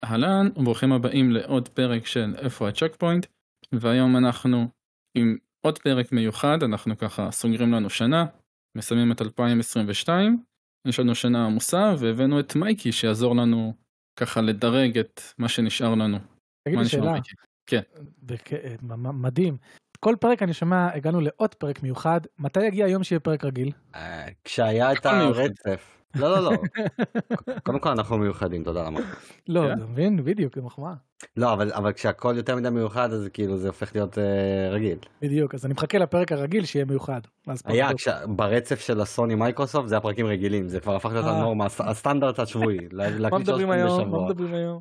אהלן וברוכים הבאים לעוד פרק של איפה הצ'ק פוינט, והיום אנחנו עם עוד פרק מיוחד. אנחנו ככה סוגרים לנו שנה, מסיימים את 2022, יש לנו שנה עמוסה, והבאנו את מייקי שיעזור לנו ככה לדרג את מה שנשאר לנו. תגיד לי שאלה. כן. מדהים. כל פרק אני שומע, הגענו לעוד פרק מיוחד. מתי יגיע היום שיהיה פרק רגיל? כשהיה את הרצף. לא. קודם כל אנחנו מיוחדים, תודה למה. לא, אתה מבין? בדיוק, זה מחמאה. לא, אבל כשהכל יותר מדי מיוחד, אז כאילו זה הופך להיות רגיל. בדיוק, אז אני מחכה לפרק הרגיל שיהיה מיוחד. היה, ברצף של הסוני מייקרוסופט, זה הפרקים רגילים, זה כבר הפך להיות הנורמה, הסטנדרט השבועי. מה מדברים היום?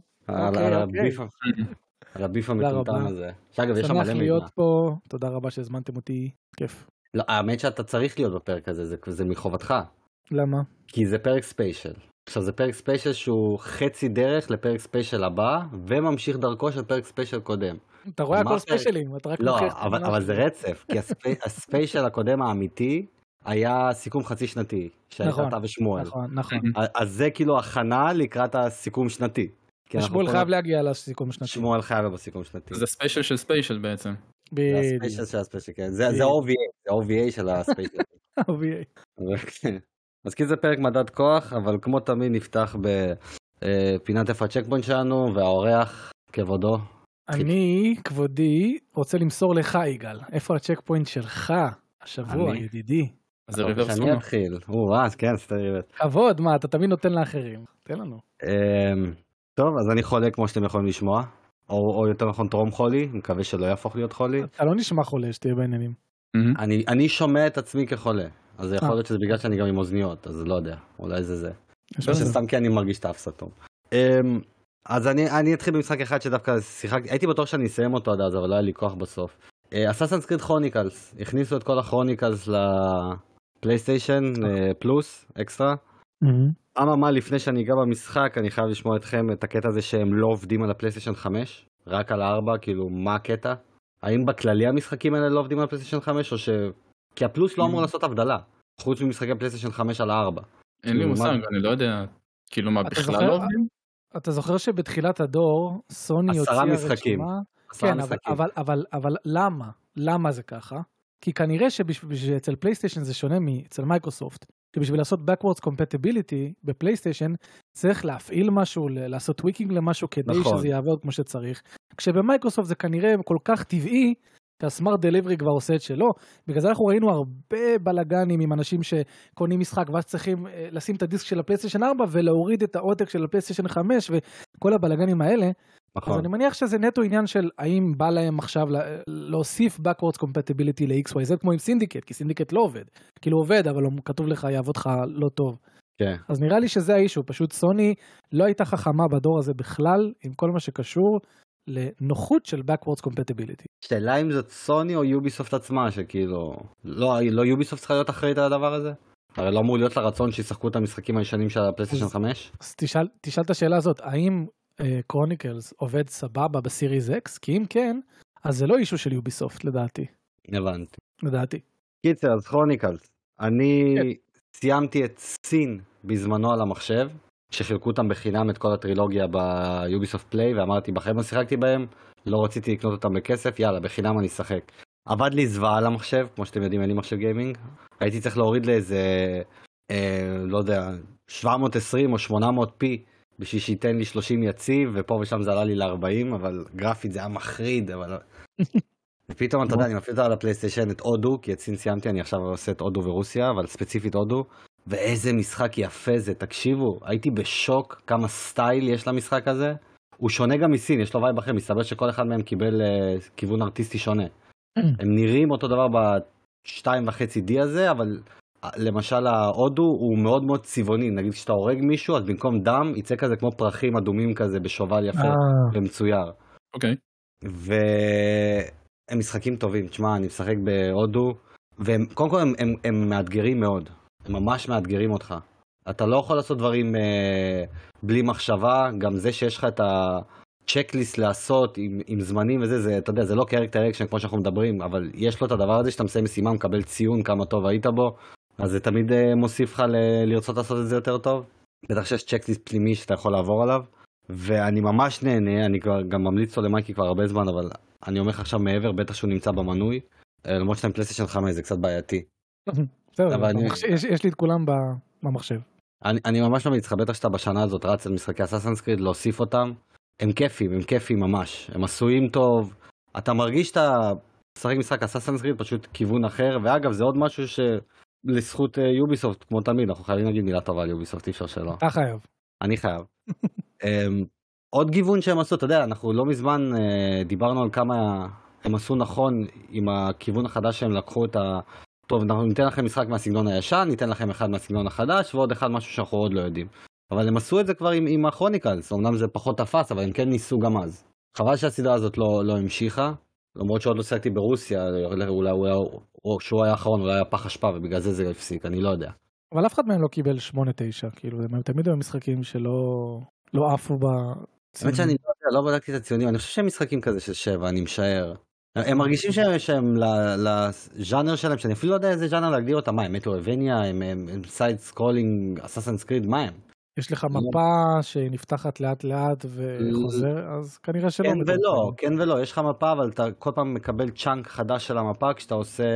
על הביף המטומטם הזה. שמח להיות פה, תודה רבה שהזמנתם אותי, כיף. לא, האמת שאתה צריך להיות בפרק הזה, זה מחובתך. למה? כי זה פרק ספיישל. עכשיו זה פרק ספיישל שהוא חצי דרך לפרק ספיישל הבא, וממשיך דרכו של פרק ספיישל קודם. אתה רואה הכל ספיישלים, אתה רק לא, אבל זה רצף, כי הספיישל הקודם האמיתי היה סיכום חצי שנתי, שהייתה אתה ושמואל. נכון. אז זה כאילו הכנה לקראת הסיכום שנתי. שמואל חייב להגיע לסיכום שנתי. שמואל חייב בסיכום שנתי. זה ספיישל של ספיישל בעצם. זה הספיישל של הספיישל, כן. זה OVA של הספיישל. OVA. אז כי זה פרק מדד כוח, אבל כמו תמיד נפתח בפינת איפה הצ'ק פוינט שלנו, והאורח כבודו. אני, כבודי, רוצה למסור לך, יגאל. איפה הצ'ק פוינט שלך השבוע, ידידי? אז זה ריברס אני אתחיל. אז כן, סטריבט. כבוד, מה, אתה תמיד נותן לאחרים. תן לנו. טוב, אז אני חולה כמו שאתם יכולים לשמוע. או יותר נכון טרום חולי, מקווה שלא יהפוך להיות חולי. אתה לא נשמע חולה, שתהיה בעניינים. אני שומע את עצמי כחולה. אז זה יכול להיות שזה בגלל שאני גם עם אוזניות, אז לא יודע, אולי זה. סתם כי אני מרגיש את האפסתום. אז אני אתחיל במשחק אחד שדווקא שיחקתי, הייתי בטוח שאני אסיים אותו עד אז, אבל לא היה לי כוח בסוף. Assassin's Creed Chronicles, הכניסו את כל הכרוניקלס לפלייסטיישן פלוס, אקסטרה. מה לפני שאני אגע במשחק, אני חייב לשמוע אתכם את הקטע הזה שהם לא עובדים על הפלייסטיישן 5, רק על 4, כאילו מה הקטע? האם בכללי המשחקים האלה לא עובדים על הפלייסטיישן 5, או ש... כי הפלוס לא אמור לעשות הבדלה, חוץ ממשחקי פלייסטיישן 5 על 4. אין לי מושג, אני לא יודע, כאילו מה בכלל לא עובדים? אתה זוכר שבתחילת הדור, סוני הוציאה רשימה? כן, אבל למה? למה זה ככה? כי כנראה שאצל פלייסטיישן זה שונה מאצל מייקרוסופט, כי בשביל לעשות backwards compatibility בפלייסטיישן, צריך להפעיל משהו, לעשות טוויקינג למשהו כדי שזה יעבוד כמו שצריך. כשבמייקרוסופט זה כנראה כל כך טבעי, שהסמארט דליברי כבר עושה את שלו. בגלל זה אנחנו ראינו הרבה בלגנים עם אנשים שקונים משחק, ואז צריכים לשים את הדיסק של הפלייסטיישן 4 ולהוריד את העותק של הפלייסטיישן 5 וכל הבלגנים האלה. אז אני מניח שזה נטו עניין של האם בא להם עכשיו להוסיף backwards compatibility ל-XYZ כמו עם סינדיקט, כי סינדיקט לא עובד. כאילו עובד, אבל כתוב לך, יעבוד לך לא טוב. כן. אז נראה לי שזה האישו, פשוט סוני לא הייתה חכמה בדור הזה בכלל, עם כל מה שקשור לנוחות של backwards compatibility. שאלה אם זאת סוני או יוביסופט עצמה, שכאילו, לא יוביסופט צריכה להיות אחראית על הדבר הזה? הרי לא אמור להיות לרצון שישחקו את המשחקים הישנים של הפלייסטיישן 5? אז תשאל את השאלה הזאת, האם קרוניקלס עובד סבבה בסיריז X? כי אם כן, אז זה לא אישו של יוביסופט לדעתי. הבנתי. לדעתי. קיצר, אז קרוניקלס. אני סיימתי את סין בזמנו על המחשב, שחילקו אותם בחינם את כל הטרילוגיה ביוביסופט פליי, ואמרתי, בחיים לא שיחקתי בהם, לא רציתי לקנות אותם בכסף, יאללה, בחינם אני אשחק. עבד לי זוועה על המחשב, כמו שאתם יודעים, אין לי מחשב גיימינג. הייתי צריך להוריד לאיזה, לא יודע, 720 או 800 פי, בשביל שייתן לי 30 יציב, ופה ושם זה עלה לי ל-40, אבל גרפית זה היה מחריד, אבל... ופתאום אתה יודע, אני מפעיל על הפלייסטיישן את הודו, כי את סין סיימתי, אני עכשיו עושה את הודו ורוסיה, אבל ספציפית הודו, ואיזה משחק יפה זה, תקשיבו, הייתי בשוק כמה סטייל יש למשחק הזה, הוא שונה גם מסין, יש לו וייב אחר, מסתבר שכל אחד מהם קיבל כיוון ארטיסטי שונה. הם נראים אותו דבר ב2.5D הזה, אבל למשל ההודו הוא מאוד מאוד צבעוני, נגיד כשאתה הורג מישהו, אז במקום דם יצא כזה כמו פרחים אדומים כזה בשובל יפה ומצויר. אוקיי. והם משחקים טובים, תשמע, אני משחק בהודו, וקודם כל הם מאתגרים מאוד, הם ממש מאתגרים אותך. אתה לא יכול לעשות דברים בלי מחשבה, גם זה שיש לך את הצ'קליסט לעשות עם זמנים וזה, זה, אתה יודע, זה לא קרקטר אקשן כמו שאנחנו מדברים, אבל יש לו את הדבר הזה שאתה מסיים משימה, מקבל ציון כמה טוב היית בו, אז זה תמיד מוסיף לך לרצות לעשות את זה יותר טוב. בטח שיש צ'קליסט פנימי שאתה יכול לעבור עליו. ואני ממש נהנה, אני גם ממליץ לו למייקי כבר הרבה זמן, אבל אני אומר לך עכשיו מעבר, בטח שהוא נמצא במנוי, למרות שאתה עם פלייסטיישן 5 זה קצת בעייתי. יש לי את כולם במחשב. אני ממש ממליץ לך, בטח שאתה בשנה הזאת רץ על משחקי אסאסינס קריד, להוסיף אותם, הם כיפים ממש, הם עשויים טוב, אתה מרגיש שאתה משחק משחק אסאסינס קריד, פשוט כיוון אחר, ואגב זה עוד משהו שלזכות יוביסופט, כמו תמיד, אנחנו חייבים להגיד מילה טובה על יוביסופט, אי אפשר שלא. אתה חייב. אני חייב. עוד גיוון שהם עשו, אתה יודע, אנחנו לא מזמן דיברנו על כמה הם עשו נכון עם הכיוון החדש שהם לקחו את ה... טוב, אנחנו ניתן לכם משחק מהסגנון הישן, ניתן לכם אחד מהסגנון החדש, ועוד אחד משהו שאנחנו עוד לא יודעים. אבל הם עשו את זה כבר עם הכרוניקלס, אמנם זה פחות תפס, אבל הם כן ניסו גם אז. חבל שהסדרה הזאת לא המשיכה, למרות שעוד לא שיחקתי ברוסיה, אולי שהוא היה אחרון, אולי היה פח אשפה, ובגלל זה הפסיק, אני לא יודע. אבל אף אחד מהם לא קיבל 8-9, כאילו, הם תמיד היו משחקים שלא עפו בציונים. האמת שאני לא בדקתי את הציונים, אני חושב שהם משחקים כזה של 7, אני משער. הם מרגישים שהם לז'אנר שלהם, שאני אפילו לא יודע איזה ז'אנר להגדיר אותם, מה, הם מטרואבניה, הם סייד סקרולינג, אסאסינס קריד, מה הם? יש לך מפה שנפתחת לאט לאט וחוזר, אז כנראה שלא. כן ולא, יש לך מפה, אבל אתה כל פעם מקבל צ'אנק חדש של המפה, כשאתה עושה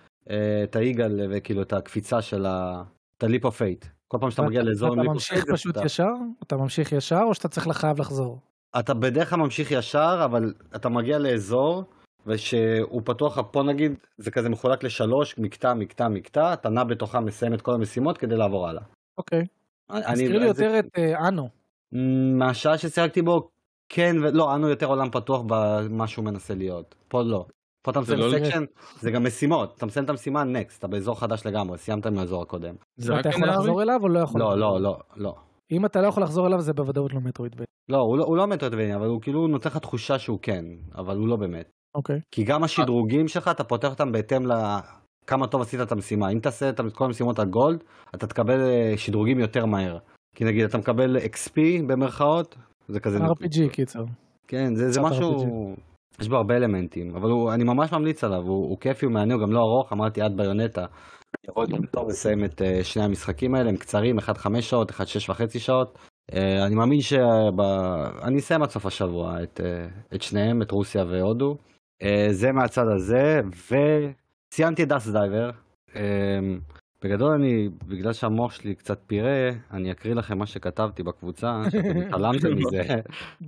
את האיגל וכאילו את הקפיצה של את הליפ אוף פייט. כל פעם שאתה מגיע לאזור אתה ממשיך פשוט ישר? אתה ממשיך ישר או שאתה צריך חייב לחזור? אתה בדרך כלל ממשיך ישר, אבל אתה מגיע לאזור, ושהוא פתוח, פה נגיד, זה כזה מחולק ל3, מקטע, אתה נע בתוכה מסיים את כל המשימות כדי לעבור הלאה. אוקיי. תזכיר לי יותר את אנו. מהשעה ששיחקתי בו, כן ולא, אנו יותר עולם פתוח במה שהוא מנסה להיות. פה לא. פה אתה מסיים סקשן, זה גם משימות. אתה מסיים את המשימה, נקסט, אתה באזור חדש לגמרי, סיימת עם האזור הקודם. אתה יכול לחזור אליו או לא יכול? לא. אם אתה לא יכול לחזור אליו, זה בוודאות לא מטרואידבניה. לא, הוא לא מטרואידבניה, אבל הוא כאילו נותן לך תחושה שהוא כן, אבל הוא לא באמת. אוקיי. כי גם השדרוגים שלך, אתה פותח אותם בהתאם לכמה טוב עשית את המשימה. אם תעשה את כל המשימות על גולד, אתה תקבל שדרוגים יותר מהר. כי נגיד, אתה מקבל XP במרכאות, זה כזה... RPG קיצר. כן, זה משהו... יש בו הרבה אלמנטים, אבל אני ממש ממליץ עליו, הוא כיפי, הוא מעניין, הוא גם לא ארוך, אמרתי עד ביונטה. יכול להיות טוב לסיים את שני המשחקים האלה, הם קצרים, אחד 5 שעות, אחד 6.5 שעות. אני מאמין אני אסיים עד סוף השבוע את שניהם, את רוסיה והודו. זה מהצד הזה, וסיימתי את דאסט דייבר. בגדול בגלל שהמוח שלי קצת פירה, אני אקריא לכם מה שכתבתי בקבוצה, שאתם התעלמתם מזה.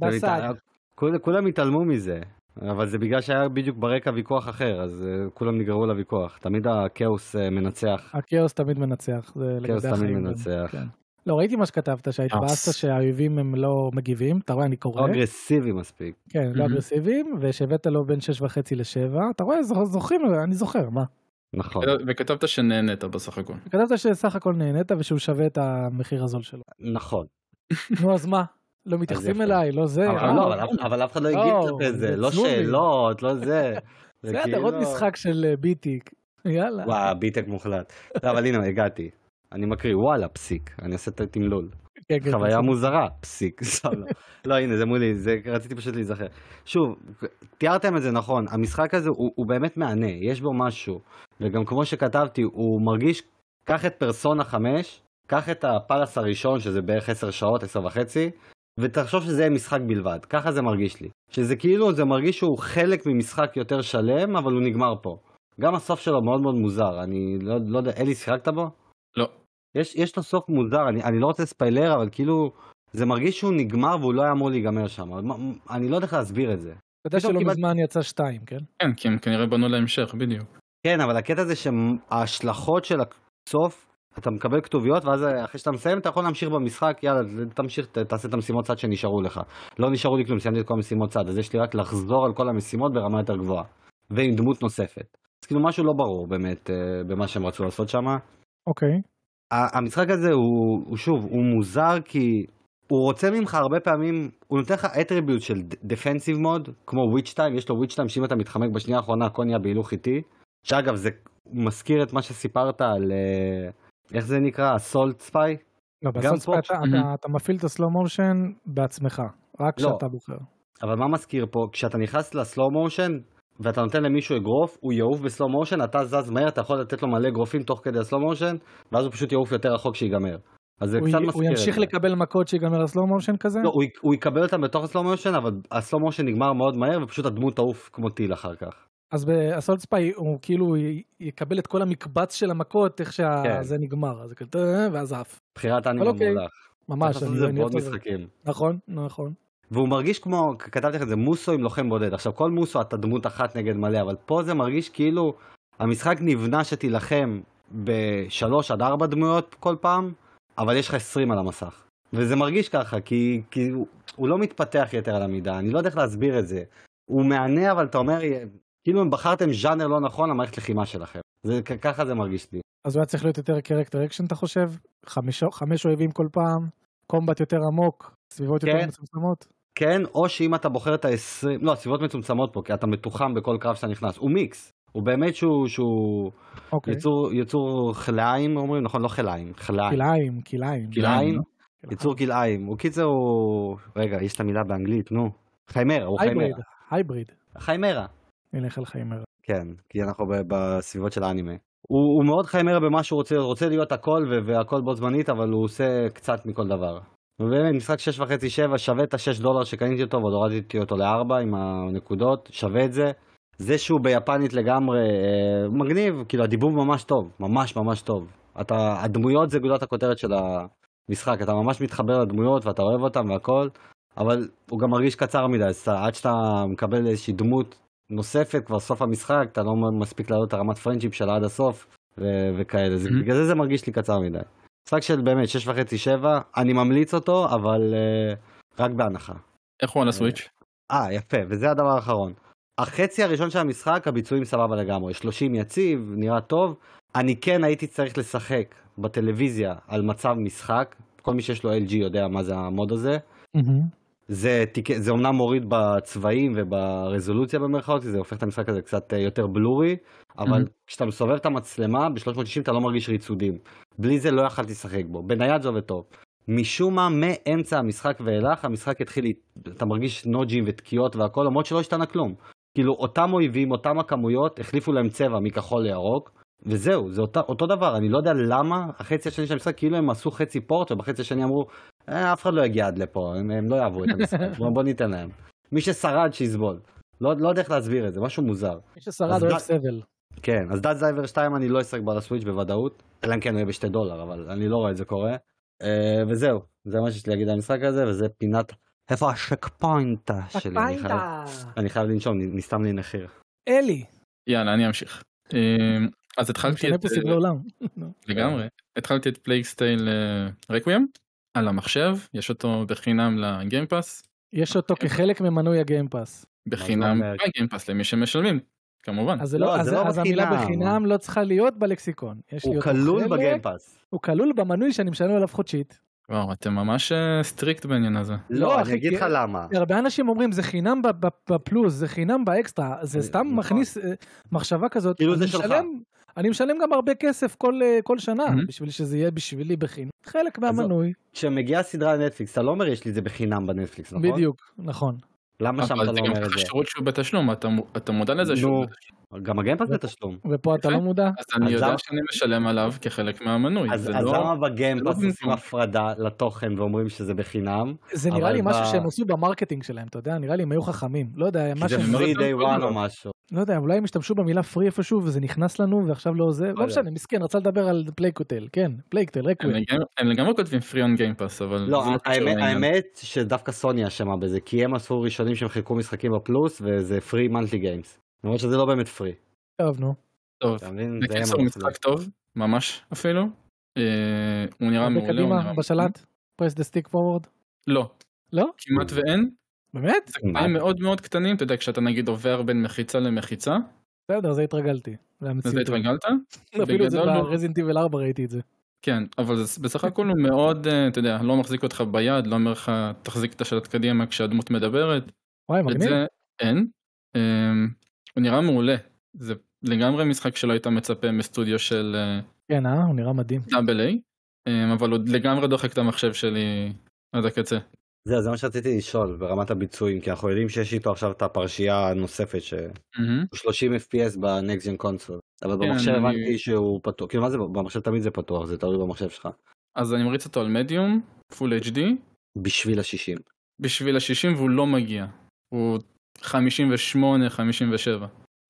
כולם התעלמו מזה, אבל זה בגלל שהיה בדיוק ברקע ויכוח אחר, אז כולם נגררו לוויכוח. תמיד הכאוס מנצח. הכאוס תמיד מנצח, זה לגבי החיים. הכאוס תמיד מנצח. לא, ראיתי מה שכתבת, שהתבאסת שהאויבים הם לא מגיבים, אתה רואה, אני קורא. לא אגרסיביים מספיק. כן, לא אגרסיביים, ושהבאת לו בין 6.5 ל7, אתה רואה, זוכרים, אני זוכר, מה? נכון. וכתבת שנהנית בסך הכל. כתבת שסך הכל נהנית, ושהוא שווה את המחיר הזול שלו. נכון. נו, אז מה? לא מתייחסים אליי, לא זה. אבל אף אחד לא הגיב את זה, לא שאלות, לא זה. זה עוד משחק של ביטיק, יאללה. וואו, ביטיק מוחלט. אבל הנה, הגעתי. אני מקריא, וואלה, פסיק. אני עושה את התמלול. חוויה מוזרה, פסיק. לא, הנה, זה מולי, רציתי פשוט להיזכר. שוב, תיארתם את זה נכון, המשחק הזה הוא באמת מענה, יש בו משהו. וגם כמו שכתבתי, הוא מרגיש, קח את פרסונה 5, קח את הפלס הראשון, שזה בערך 10 שעות, 10.5, ותחשוב שזה יהיה משחק בלבד. ככה זה מרגיש לי. שזה כאילו, זה מרגיש שהוא חלק ממשחק יותר שלם, אבל הוא נגמר פה. גם הסוף שלו מאוד מאוד מוזר. אני לא יודע, אלי, שיחקת בו? לא. יש לו סוף מוזר, אני לא רוצה ספיילר, אבל כאילו, זה מרגיש שהוא נגמר והוא לא היה אמור להיגמר שם. אני לא יודע איך להסביר את זה. אתה יודע שלא מזמן יצא 2, כן? כן, כי הם כנראה בנו להמשך, בדיוק. כן, אבל הקטע זה שההשלכות של הסוף, אתה מקבל כתוביות, ואז אחרי שאתה מסיים, אתה יכול להמשיך במשחק, יאללה, תמשיך, תעשה את המשימות צד שנשארו לך. לא נשארו לי כלום, סיימתי את כל המשימות צד, אז יש לי רק לחזור על כל המשימות ברמה יותר גבוהה. ועם דמות נוספת. אז כאילו משהו לא ברור באמת במה שהם רצו לעשות שם. אוקיי. המשחק הזה הוא שוב, הוא מוזר כי הוא רוצה ממך הרבה פעמים, הוא נותן לך אטריביוט של דפנסיב מוד, כמו וויץ' טיים, יש לו וויץ' טיים שאם אתה מתחמק בשנייה האחרונה, הכל נהיה בהילוך איטי, שאגב זה מזכיר את מה שסיפרת על, איך זה נקרא, הסולט ספיי? לא, בסולט ספיי אתה מפעיל את הסלו מושן בעצמך, רק כשאתה בוחר. אבל מה מזכיר פה, כשאתה נכנס לסלו מושן, ואתה נותן למישהו אגרוף, הוא יעוף בסלו מושן, אתה זז מהר, אתה יכול לתת לו מלא אגרופים תוך כדי הסלו מושן, ואז הוא פשוט יעוף יותר רחוק שיגמר. אז זה קצת מזכיר. הוא ימשיך לקבל מכות שיגמר הסלואו מושן כזה? לא, הוא יקבל אותם בתוך הסלואו מושן, אבל הסלואו מושן נגמר מאוד מהר, ופשוט הדמות תעוף כמו טיל אחר כך. אז באסולט ספיי הוא כאילו יקבל את כל המקבץ של המכות, איך שזה נגמר, אז כזה, ואז אף. בחירת אנימה מולך. ממש. זה מאוד משחקים. נכון. והוא מרגיש כמו, כתבתי לך את זה, מוסו עם לוחם בודד. עכשיו כל מוסו אתה דמות אחת נגד מלא, אבל פה זה מרגיש כאילו המשחק נבנה שתילחם ב3 עד 4 דמויות כל פעם, אבל יש לך 20 על המסך. וזה מרגיש ככה, כי הוא לא מתפתח יותר על המידה, אני לא יודע איך להסביר את זה. הוא מענה, אבל אתה אומר, כאילו אם בחרתם ז'אנר לא נכון למערכת לחימה שלכם. ככה זה מרגיש לי. אז הוא היה צריך להיות יותר קרקטר אקשן, אתה חושב? 5 אויבים כל פעם, קומבט יותר עמוק, סביבות יותר מצומצמות? כן, או שאם אתה בוחר את ה-20, לא, סביבות מצומצמות פה, כי אתה מתוחם בכל קרב שאתה נכנס. הוא מיקס. הוא באמת שהוא יצור חליים, אומרים, נכון? לא חליים, כליים. יצור כליים. הוא קיצר הוא... רגע, יש את המילה באנגלית, נו. חיימרה, הוא חיימרה. הייבריד. חיימרה. נלך על חיימרה. כן, כי אנחנו בסביבות של האנימה. הוא מאוד חיימרה במה שהוא רוצה להיות הכל והכל בו זמנית, אבל הוא עושה קצת מכל דבר. ובאמת, משחק 6.5-7 שווה את $6 שקניתי אותו, ועוד הורדתי אותו ל4 עם הנקודות, שווה את זה. זה שהוא ביפנית לגמרי מגניב, כאילו הדיבוב ממש טוב, ממש טוב. הדמויות זה גולת הכותרת של המשחק, אתה ממש מתחבר לדמויות ואתה אוהב אותם והכל, אבל הוא גם מרגיש קצר מדי, עד שאתה מקבל איזושהי דמות נוספת, כבר סוף המשחק, אתה לא מספיק לעלות את הרמת פרנצ'יפ שלה עד הסוף וכאלה, בגלל זה מרגיש לי קצר מדי. משחק של באמת 6.5-7, אני ממליץ אותו, אבל רק בהנחה. איך הוא על הסוויץ'? יפה, וזה הדבר האחרון. החצי הראשון של המשחק, הביצועים סבבה לגמרי, 30 יציב, נראה טוב. אני כן הייתי צריך לשחק בטלוויזיה על מצב משחק, כל מי שיש לו LG יודע מה זה המוד הזה. זה אומנם מוריד בצבעים וברזולוציה במרכאות, זה הופך את המשחק הזה קצת יותר בלורי, אבל כשאתה מסובב את המצלמה, ב-360 אתה לא מרגיש ריצודים. בלי זה לא יכלתי לשחק בו. בנייד זה עובד טוב. משום מה, מאמצע המשחק ואילך, המשחק התחיל, אתה מרגיש נוג'ים ותקיעות והכל, למרות שלא השתנה כלום. כאילו, אותם אויבים, אותם הכמויות, החליפו להם צבע מכחול לירוק, וזהו, זה אותו דבר. אני לא יודע למה, החצי השני של המשחק, כאילו הם עשו חצי פורט, ובחצי השני אמרו, אף אחד לא יגיע עד לפה, הם לא יעברו את המשחק, בוא ניתן להם. מי ששרד שיסבול. לא יודע איך להסביר את זה, משהו מוזר. מי ששרד אוהב סבל. כן, אז דאט זייבר 2 אני לא אשחק בה לסוויץ' בוודאות, אלא אם כן הוא יהיה $2, אבל אני לא רואה את זה קורה. וזהו, זה מה שיש לי להגיד על המשחק הזה, וזה פינת, איפה השק פוינט שלי? אני חייב לנשום, נסתם לי נחיר. אלי. יאללה, אני אמשיך. אז התחלתי את... לגמרי. התחלתי את פלייג סטייל רקוויאם על המחשב, יש אותו בחינם לגיימפאס. יש אותו כחלק ממנוי הגיימפאס. בחינם הגיימפאס למי שמשלמים, כמובן. אז המילה בחינם לא צריכה להיות בלקסיקון. הוא כלול בגיימפאס. הוא כלול במנוי שאני משלם עליו חודשית. וואו, אתם ממש סטריקט בעניין הזה. לא, אני אגיד לך למה. הרבה אנשים אומרים, זה חינם בפלוס, זה חינם באקסטרה, זה סתם מכניס מחשבה כזאת. כאילו זה שלך. אני משלם גם הרבה כסף כל שנה, בשביל שזה יהיה בשבילי בחינם. חלק מהמנוי. כשמגיעה סדרה לנטפליקס, אתה לא אומר יש לי זה בחינם בנטפליקס, נכון? בדיוק, נכון. למה שם אתה לא אומר את זה? אבל זה גם שירות שהוא בתשלום, אתה מודע לזה שהוא בתשלום. גם הגיימפאס בתשלום. ופה אתה לא מודע? אז אני יודע שאני משלם עליו כחלק מהמנוי. אז למה בגיימפאס עושים הפרדה לתוכן ואומרים שזה בחינם? זה נראה לי משהו שהם עשו במרקטינג שלהם, אתה יודע? נראה לי הם היו חכמים. לא יודע, זה free day one או משהו. לא יודע, אולי הם השתמשו במילה free איפשהו וזה נכנס לנו ועכשיו לא זה. לא משנה, מסכן, רצה לדבר על פלייגטל, כן, פלייגטל, רקוויאם. הם לגמרי כותבים free on game pass, אבל... לא, האמת שדווקא סוני אשמה בזה, כי הם עשו ראשונים שהם חילקו משחקים בפלוס וזה free monthly games. למרות שזה לא באמת free. טוב, נו. טוב, בקיצור משחק טוב, ממש אפילו. הוא נראה מעולה. קדימה, בשלט? press the stick forward? לא. לא? כמעט ואין. באמת? זה קטעים מאוד מאוד קטנים, אתה יודע, כשאתה נגיד עובר בין מחיצה למחיצה. בסדר, זה התרגלתי. זה התרגלת? אפילו זה ברזינט איבל 4 ראיתי את זה. כן, אבל בסך הכל הוא מאוד, אתה יודע, לא מחזיק אותך ביד, לא אומר לך, תחזיק את השלט קדימה כשהדמות מדברת. וואי, מגניב. את זה אין. הוא נראה מעולה. זה לגמרי משחק שלא היית מצפה מסטודיו של... כן, הוא נראה מדהים. דאבל איי, אבל הוא לגמרי דוחק את המחשב שלי עד הקצה. זה מה שרציתי לשאול ברמת הביצועים, כי אנחנו יודעים שיש איתו עכשיו את הפרשייה הנוספת שהוא 30 FPS בנקסט ג'ן קונסול, אבל במחשב הבנתי שהוא פתוח, כאילו מה זה, במחשב תמיד זה פתוח, זה תלוי במחשב שלך. אז אני מריץ אותו על מדיום, פול HD. בשביל ה-60. בשביל ה-60 והוא לא מגיע. הוא 58, 57.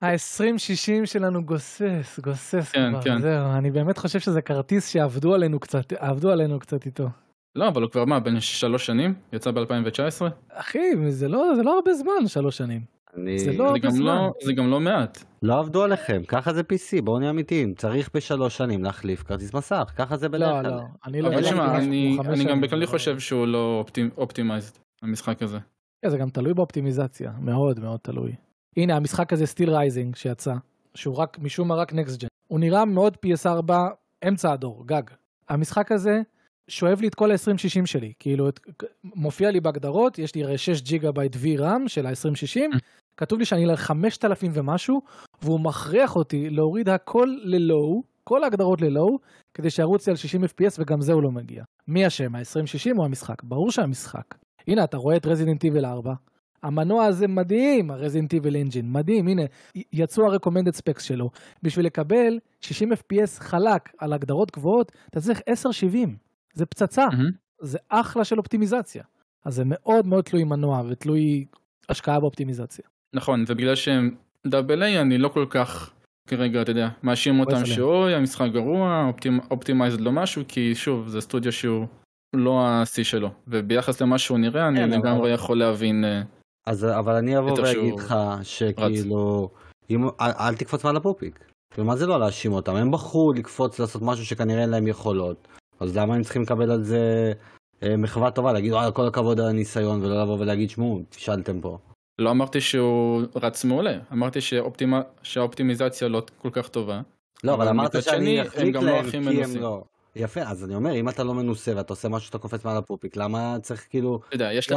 ה-2060 שלנו גוסס כן, כבר. כן. זהו, אני באמת חושב שזה כרטיס שעבדו עלינו קצת איתו. לא, אבל הוא כבר מה, בין 3 שנים? יצא ב-2019? אחי, זה לא הרבה זמן, 3 שנים. זה לא הרבה זמן. זה גם לא מעט. לא עבדו עליכם, ככה זה PC, בואו נהיה אמיתיים. צריך ב3 שנים להחליף כרטיס מסך, ככה זה בדרך כלל. לא, אני לא... אבל שמע, אני גם בכללי חושב שהוא לא אופטימייזד, המשחק הזה. זה גם תלוי באופטימיזציה, מאוד מאוד תלוי. הנה, המשחק הזה, Steel Rising, שיצא, שהוא רק, משום מה רק Next Gen. הוא נראה מאוד PS4, אמצע הדור, גג. המשחק הזה שואב לי את כל ה-2060 שלי, כאילו, מופיע לי בהגדרות, יש לי 6 ג'יגה-בייט VRAM של ה-2060, כתוב לי שאני ל-5,000 ומשהו, והוא מכריח אותי להוריד הכל ללואו, כל ההגדרות ללואו, כדי שערוץ לי על 60 FPS וגם זה הוא לא מגיע. מי השם, ה-2060 או המשחק? ברור שהמשחק. הנה, אתה רואה את Resident Evil 4. המנוע הזה מדהים, ה-Resident Evil Engine, מדהים, הנה, יצאו ה-recommended specs שלו. בשביל לקבל 60 FPS חלק על הגדרות גבוהות, אתה צריך 1070. זה פצצה, זה אחלה של אופטימיזציה. אז זה מאוד מאוד תלוי מנוע ותלוי השקעה באופטימיזציה. נכון, ובגלל שהם דאבל איי, אני לא כל כך כרגע, אתה יודע, מאשים אותם שאוי, המשחק גרוע, אופטימייזד לא משהו, כי שוב, זה סטודיו שהוא לא ה-C שלו, וביחס למה שהוא נראה, אני לגמרי יכול להבין. אבל אני אבוא ואגיד לך שכאילו, אל תקפוץ מעל הפופיק. ומה זה לא להאשים אותם? הם בחרו לקפוץ לעשות משהו שכנראה אין להם יכולות. אז למה הם צריכים לקבל על זה מחווה טובה? להגיד, כל הכבוד על הניסיון, ולא לבוא ולהגיד, שמו, תשאלתם פה. לא אמרתי שהוא רץ מעולה, אמרתי שהאופטימיזציה לא כל כך טובה. לא, אבל אמרת שאני אחליק להם כי הם לא. יפה, אז אני אומר, אם אתה לא מנוסה ואתה עושה משהו שאתה קופץ מעל הפופיק, למה צריך כאילו... אתה יודע, יש לך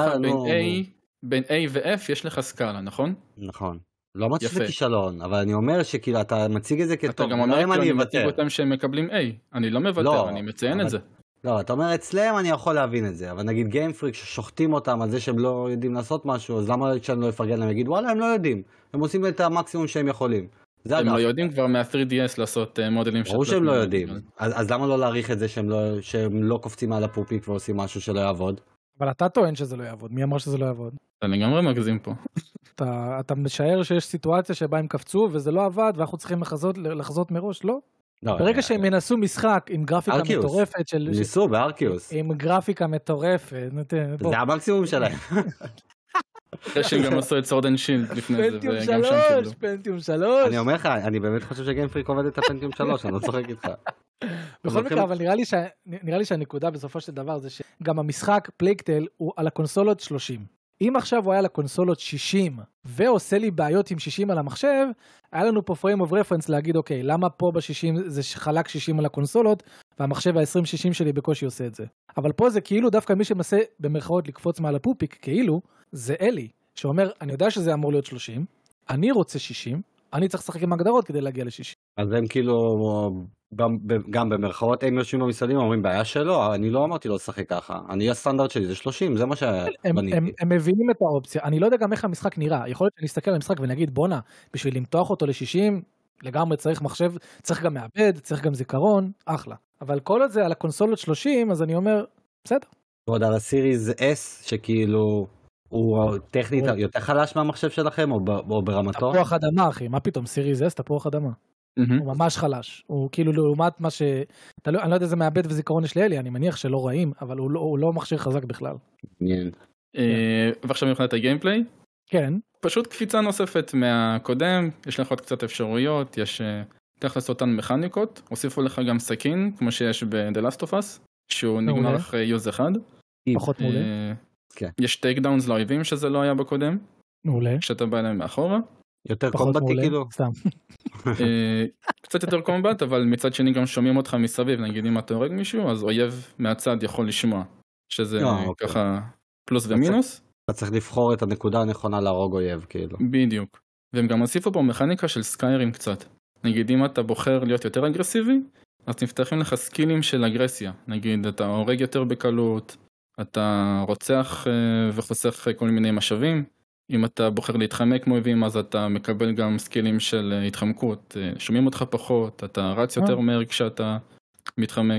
בין A ו-F יש לך סקאלה, נכון? נכון. לא אמרתי שזה כישלון, אבל אני אומר שכאילו אתה מציג את זה כטוב. אתה גם אומר כאילו אני מציג אותם שהם מקבלים A, אני לא מוותר, אני מציין את זה. לא, אתה אומר אצלם אני יכול להבין את זה, אבל נגיד גיימפריק ששוחטים אותם על זה שהם לא יודעים לעשות משהו, אז למה שאני לא אפרגן להם, יגיד וואלה הם לא יודעים, הם עושים את המקסימום שהם יכולים. הם לא יודעים כבר מה-3DS לעשות מודלים. ברור שהם לא יודעים, אז למה לא להעריך את זה שהם לא קופצים על הפופיק ועושים משהו שלא יעבוד? אבל אתה טוען שזה לא יעבוד, מי אמר שזה לא יעבוד? אני גם מגזים פה. אתה משער שיש סיטואציה שבה הם קפצו וזה לא עבד ואנחנו צריכים לחזות מראש, לא? ברגע שהם ינסו משחק עם גרפיקה מטורפת של... ניסו בארקיוס. עם גרפיקה מטורפת. זה המקסימום שלהם. אחרי שהם גם עשו את סורד אנד שילד לפני זה. פנטיום 3. אני אומר לך, אני באמת חושב שגיימפריק עובד את הפנטיום 3, אני לא צוחק איתך. בכל מקרה, אבל נראה לי שהנקודה בסופו של דבר זה שגם המשחק פלייגטל הוא על הקונסולות 30. אם עכשיו הוא היה לקונסולות 60 ועושה לי בעיות עם 60 על המחשב, היה לנו פה frame of reference להגיד אוקיי, למה פה ב-60 זה חלק 60 על הקונסולות והמחשב ה-2060 שלי בקושי עושה את זה. אבל פה זה כאילו דווקא מי שמנסה במרכאות לקפוץ מעל הפופיק, כאילו זה אלי, שאומר אני יודע שזה אמור להיות 30, אני רוצה 60, אני צריך לשחק עם הגדרות כדי להגיע ל-60. אז הם כאילו גם במרכאות הם יושבים במשרדים אומרים בעיה שלו, אני לא אמרתי לו לשחק ככה, אני הסטנדרט שלי זה 30, זה מה שבניתי. הם מבינים את האופציה, אני לא יודע גם איך המשחק נראה, יכול להיות שאני אסתכל על המשחק ונגיד בונה, בשביל למתוח אותו ל-60, לגמרי צריך מחשב, צריך גם מעבד, צריך גם זיכרון, אחלה. אבל כל את זה על הקונסולות 30, אז אני אומר, בסדר. ועוד על הסיריז S שכאילו הוא טכנית יותר חלש מהמחשב שלכם או ברמתו? תפוח אדמה אחי, מה פתאום סיריז S תפוח אדמה. הוא ממש חלש, הוא כאילו לעומת מה אני לא יודע איזה מעבד וזיכרון יש לאלי, אני מניח שלא רעים, אבל הוא לא מכשיר חזק בכלל. ועכשיו מבחינת הגיימפליי? כן. פשוט קפיצה נוספת מהקודם, יש לך עוד קצת אפשרויות, יש תכלס אותן מכניקות, הוסיפו לך גם סכין, כמו שיש ב-The Last of Us, שהוא נגמר אחרי יוז אחד. פחות מעולה. יש טייק דאונס לאויבים שזה לא היה בקודם. מעולה. כשאתה בא אליהם מאחורה. יותר קומבטי כאילו. סתם. קצת יותר קומבט, אבל מצד שני גם שומעים אותך מסביב, נגיד אם אתה הורג מישהו, אז אויב מהצד יכול לשמוע, שזה ככה פלוס ומינוס. אתה צריך לבחור את הנקודה הנכונה להרוג אויב כאילו. בדיוק. והם גם הוסיפו פה מכניקה של סקיירים קצת. נגיד אם אתה בוחר להיות יותר אגרסיבי, אז נפתחים לך סקילים של אגרסיה. נגיד אתה הורג יותר בקלות, אתה רוצח וחוסך כל מיני משאבים. אם אתה בוחר להתחמק מאויבים, אז אתה מקבל גם סקילים של התחמקות. שומעים אותך פחות, אתה רץ יותר מהר כשאתה מתחמק.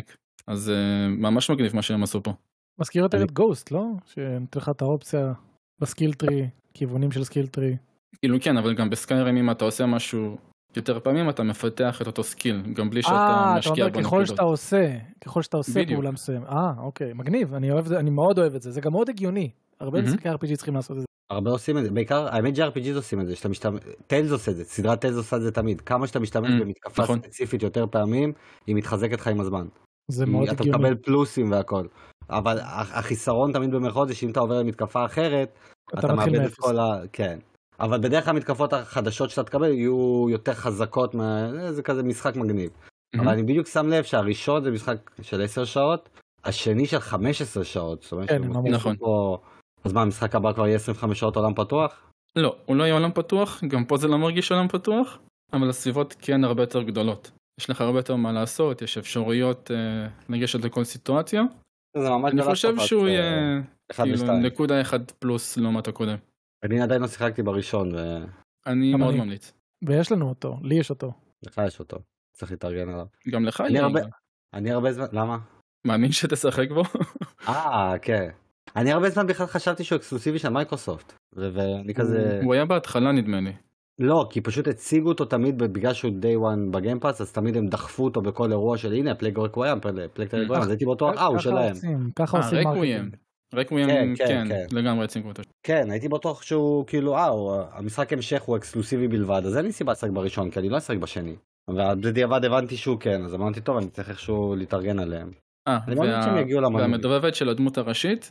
אז ממש מגניב מה שהם עשו פה. מזכיר יותר את גוסט, לא? שנתן לך את האופציה בסקיל טרי, כיוונים של סקיל טרי. כאילו כן, אבל גם בסקיירים אם אתה עושה משהו יותר פעמים, אתה מפתח את אותו סקיל, גם בלי שאתה משקיע בו נקודות. ככל שאתה עושה פעולה מסוים. אוקיי, מגניב, אני מאוד אוהב את זה, זה גם מאוד הגיוני. הרבה משחקי RPG צריכים לעשות את זה. הרבה עושים את זה, בעיקר, האמת ש-RPGs עושים את זה, טיילס עושה את זה, סדרת טיילס עושה את זה תמיד, כמה שאתה משתמש במתקפה ספציפית יותר פעמים, היא מתחזקת לך עם הזמן. זה מאוד הגיוני. אתה מקבל פלוסים והכל. אבל החיסרון תמיד במרכאות זה שאם אתה עובר למתקפה אחרת, אתה מאבד את כל כן. אבל בדרך כלל המתקפות החדשות שאתה תקבל יהיו יותר חזקות, זה כזה משחק מגניב. אבל אני בדיוק שם לב שהראשון זה משחק של 10 שעות, השני של 15 שעות. זאת אומרת, נכון. אז מה, המשחק הבא כבר יהיה 25 שעות עולם פתוח? לא, הוא לא יהיה עולם פתוח, גם פה זה לא מרגיש עולם פתוח, אבל הסביבות כן הרבה יותר גדולות. יש לך הרבה יותר מה לעשות, יש אפשרויות לגשת לכל סיטואציה. אני חושב שהוא יהיה נקודה 1 פלוס לעומת הקודם. אני עדיין לא שיחקתי בראשון. אני מאוד ממליץ. ויש לנו אותו, לי יש אותו. לך יש אותו, צריך להתארגן עליו. גם לך אני הרבה זמן, למה? מאמין שתשחק בו? כן. אני הרבה זמן בכלל חשבתי שהוא אקסקלוסיבי של מייקרוסופט. ואני כזה... הוא היה בהתחלה נדמה לי. לא, כי פשוט הציגו אותו תמיד בגלל שהוא day one בגיימפאס, אז תמיד הם דחפו אותו בכל אירוע של הנה, פלייג רקוויאם, אז הייתי בטוח, הוא שלהם. ככה עושים מרקטינג. רקוויאם, כן, לגמרי הציגו אותו. כן, הייתי בטוח שהוא כאילו, המשחק המשך הוא אקסקלוסיבי בלבד, אז אין לי סיבה לשחק בראשון, כי אני לא אשחק בשני. ובדיעבד הבנתי שהוא כן, אז אמרתי טוב, אני צריך איכשהו להתארגן עליהם. והמדובבת של הדמות הראשית,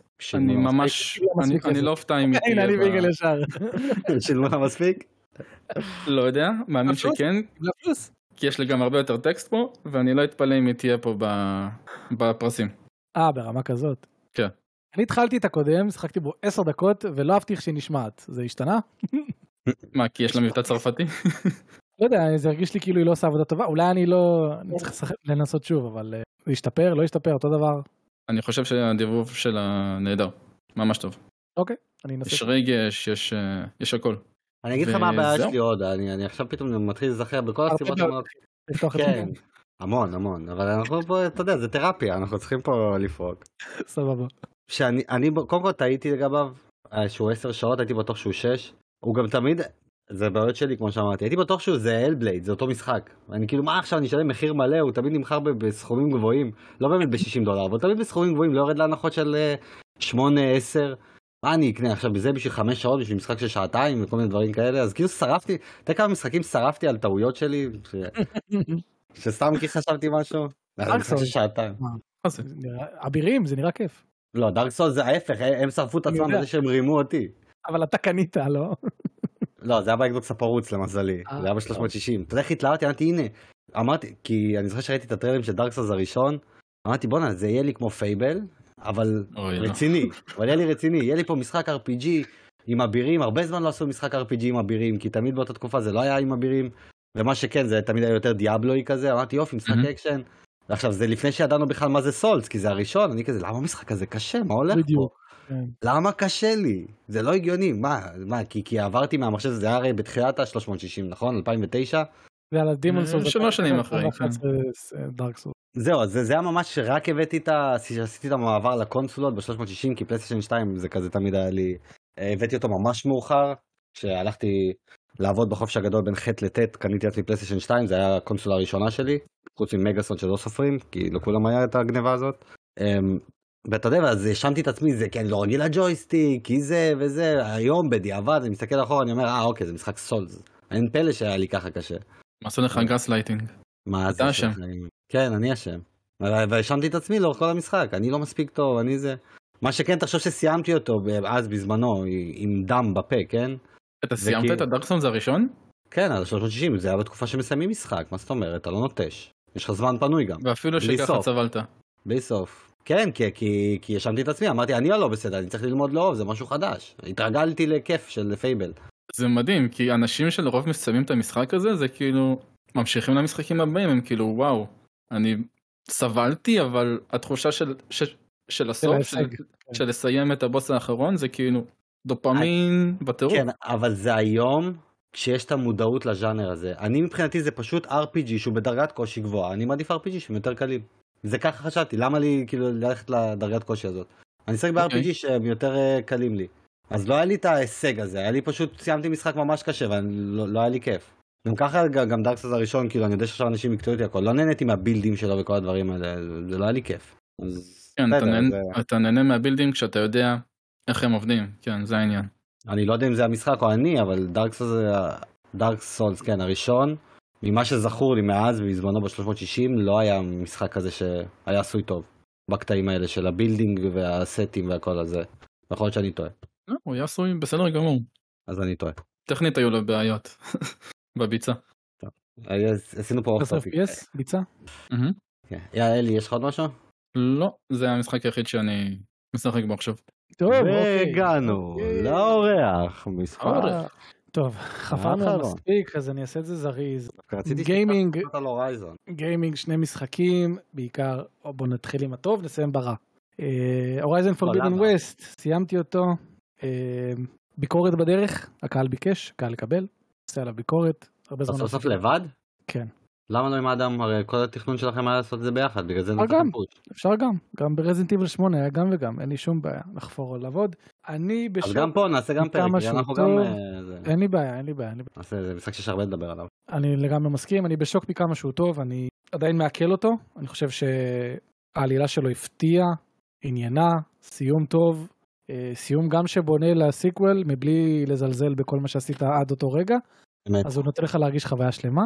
אני לא אופתע אם... הנה, אני ביגל ישר. שילמו לך מספיק? לא יודע, מאמין שכן, כי יש לי גם הרבה יותר טקסט פה, ואני לא אתפלא אם היא תהיה פה בפרסים. ברמה כזאת. כן. אני התחלתי את הקודם, שחקתי בו 10 דקות, ולא אהבתי איך שהיא נשמעת. זה השתנה? מה, כי יש לה מבטא צרפתי? לא יודע, זה הרגיש לי כאילו היא לא עושה עבודה טובה, אולי אני צריך לנסות שוב, אבל זה ישתפר, לא ישתפר, אותו דבר. אני חושב שהדיבוב שלה נהדר, ממש טוב. אוקיי, אני אנסה. יש רגש, יש הכל. אני אגיד לך מה הבעיה שלי עוד, אני עכשיו פתאום מתחיל לזכר בכל הסיבות שאומרות. כן, המון, אבל אנחנו פה, אתה יודע, זה תרפיה, אנחנו צריכים פה לפרוק. סבבה. שאני קודם כל טעיתי לגביו, שהוא 10 שעות, הייתי בטוח שהוא 6, הוא גם תמיד, זה בעיות שלי כמו שאמרתי, הייתי בטוח שהוא זה אלבלייד, זה אותו משחק, אני כאילו מה עכשיו אני אשלם מחיר מלא, הוא תמיד נמכר בסכומים גבוהים, לא באמת ב$60, אבל תמיד בסכומים גבוהים, לא יורד להנחות של 8-10, מה אני אקנה עכשיו בזה בשביל 5 שעות, בשביל משחק של שעתיים וכל מיני דברים כאלה, אז כאילו שרפתי, אתה כמה משחקים שרפתי על טעויות שלי, שסתם כי חשבתי משהו, משחק של שעתיים. אבירים, זה נראה כיף. לא, דארק סולס זה ההפך, הם שרפו את עצמם בזה שהם רימו אותי. אבל אתה קנית, לא? לא, זה היה באקסבוקס הפרוץ למזלי, זה היה ב-360. אתה יודע איך התלהבתי, אמרתי הנה, אמרתי, כי אני זוכר שראיתי את הטריילרים של דארק סולס הראשון, אמרתי בוא'נה, זה יהיה לי כמו פייבל, אבל רציני, אבל יהיה לי רציני, יהיה לי פה משחק RPG עם אבירים, הרבה זמן לא עשו משחק RPG עם אבירים, כי תמיד באותה תקופה זה לא היה עם אבירים, ומה שכן, זה תמיד היה יותר דיאבלוי כזה, אמרתי יופי, משחק אקשן, ועכשיו זה לפני שידענו בכלל מה זה סולס, כי זה הראשון, אני כזה, למה המשחק הזה קשה, מה הולך פה? למה קשה לי? זה לא הגיוני, מה, כי עברתי מהמחשב, זה היה הרי בתחילת ה-360, נכון? 2009? זה על הדימון סולס. 3 שנים אחרי. זהו, זה היה ממש שרק עשיתי את המעבר לקונסולות ב-360, כי פלייסטיישן 2 זה כזה תמיד היה לי, הבאתי אותו ממש מאוחר, כשהלכתי לעבוד בחופש הגדול בין ח' לט', קניתי לעצמי פלייסטיישן 2, זה היה הקונסולה הראשונה שלי, חוץ ממגאסון שלא סופרים, כי לא כולם היה את הגניבה הזאת. ואתה יודע, אז השמתי את עצמי, זה כי אני לא רגיל לג'ויסטיק, כי זה וזה, היום בדיעבד, אני מסתכל אחורה, אני אומר, אוקיי, זה משחק סולס. אין פלא שהיה לי ככה קשה. מה עשו לך גס לייטינג? מה זה? אתה אשם. כן, אני אשם. והשמתי את עצמי לאורך כל המשחק, אני לא מספיק טוב, אני זה. מה שכן, תחשוב שסיימתי אותו אז בזמנו, עם דם בפה, כן? אתה סיימת את הדארק סולס הראשון? כן, על 360, זה היה בתקופה שמסיימים משחק, מה זאת אומרת? אתה לא נוטש. יש לך זמן פנוי גם. ואפילו שככה צבלת. בלי סוף. כן, כי ישמתי את עצמי, אמרתי, אני לא בסדר, אני צריך ללמוד לאהוב, זה משהו חדש. התרגלתי לכיף של פייבל. זה מדהים, כי אנשים שלרוב מסיימים את המשחק הזה, זה כאילו, ממשיכים למשחקים הבאים, הם כאילו, וואו, אני סבלתי, אבל התחושה של הסוף, של לסיים את הבוס האחרון, זה כאילו דופמין בטירוף. כן, אבל זה היום, כשיש את המודעות לז'אנר הזה. אני מבחינתי זה פשוט RPG שהוא בדרגת קושי גבוהה, אני מעדיף RPG שהם יותר קלים. זה ככה חשבתי, למה לי כאילו ללכת לדרגת קושי הזאת? אני אשחק ב-RPG שהם יותר קלים לי. אז לא היה לי את ההישג הזה, היה לי פשוט, סיימתי משחק ממש קשה, ולא היה לי כיף. גם ככה, גם דארק סולס הראשון, כאילו, אני יודע שעכשיו אנשים יקטעו אותי הכל, לא נהניתי מהבילדים שלו וכל הדברים האלה, זה לא היה לי כיף. כן, אתה נהנה מהבילדים כשאתה יודע איך הם עובדים, כן, זה העניין. אני לא יודע אם זה המשחק או אני, אבל דארק סולס, כן, הראשון, ממה שזכור לי מאז ובזמנו ב-360, לא היה משחק כזה שהיה עשוי טוב, בקטעים האלה של הבילדינג והסטים והכל הזה. יכול להיות שאני טועה. לא, הוא היה עשוי בסדר גמור. אז אני טועה. טכנית היו לו בעיות בביצה. עשינו פה אוף טופיק. ביצה? אלי, יש לך עוד משהו? לא, זה המשחק היחיד שאני משחק בו עכשיו. והגענו לאורח מספר. טוב, חפרנו מספיק, אז אני אעשה את זה זריז. גיימינג, 2 משחקים, בעיקר, בוא נתחיל עם הטוב, נסיים ברע. הורייזן פורבידן ווסט, סיימתי אותו. ביקורת בדרך, הקהל ביקש, הקהל לקבל, עושה עליו ביקורת. בסוף לבד? כן. למה לא עם האדם? הרי כל התכנון שלכם היה לעשות את זה ביחד, בגלל זה נתתם פוש. אפשר גם ברזנט איבל 8 היה גם וגם, אין לי שום בעיה לחפור או לעבוד. אני בשוק... אז גם פה נעשה גם פרק, אנחנו גם... אין לי בעיה. זה משחק שיש הרבה לדבר עליו. אני לגמרי מסכים, אני בשוק מכמה שהוא טוב, אני עדיין מעכל אותו, אני חושב שהעלילה שלו הפתיע, עניינה, סיום טוב, סיום גם שבונה לסיקוול, מבלי לזלזל בכל מה שעשית עד אותו רגע. אז הוא נותן לך להרגיש חוויה שלמה,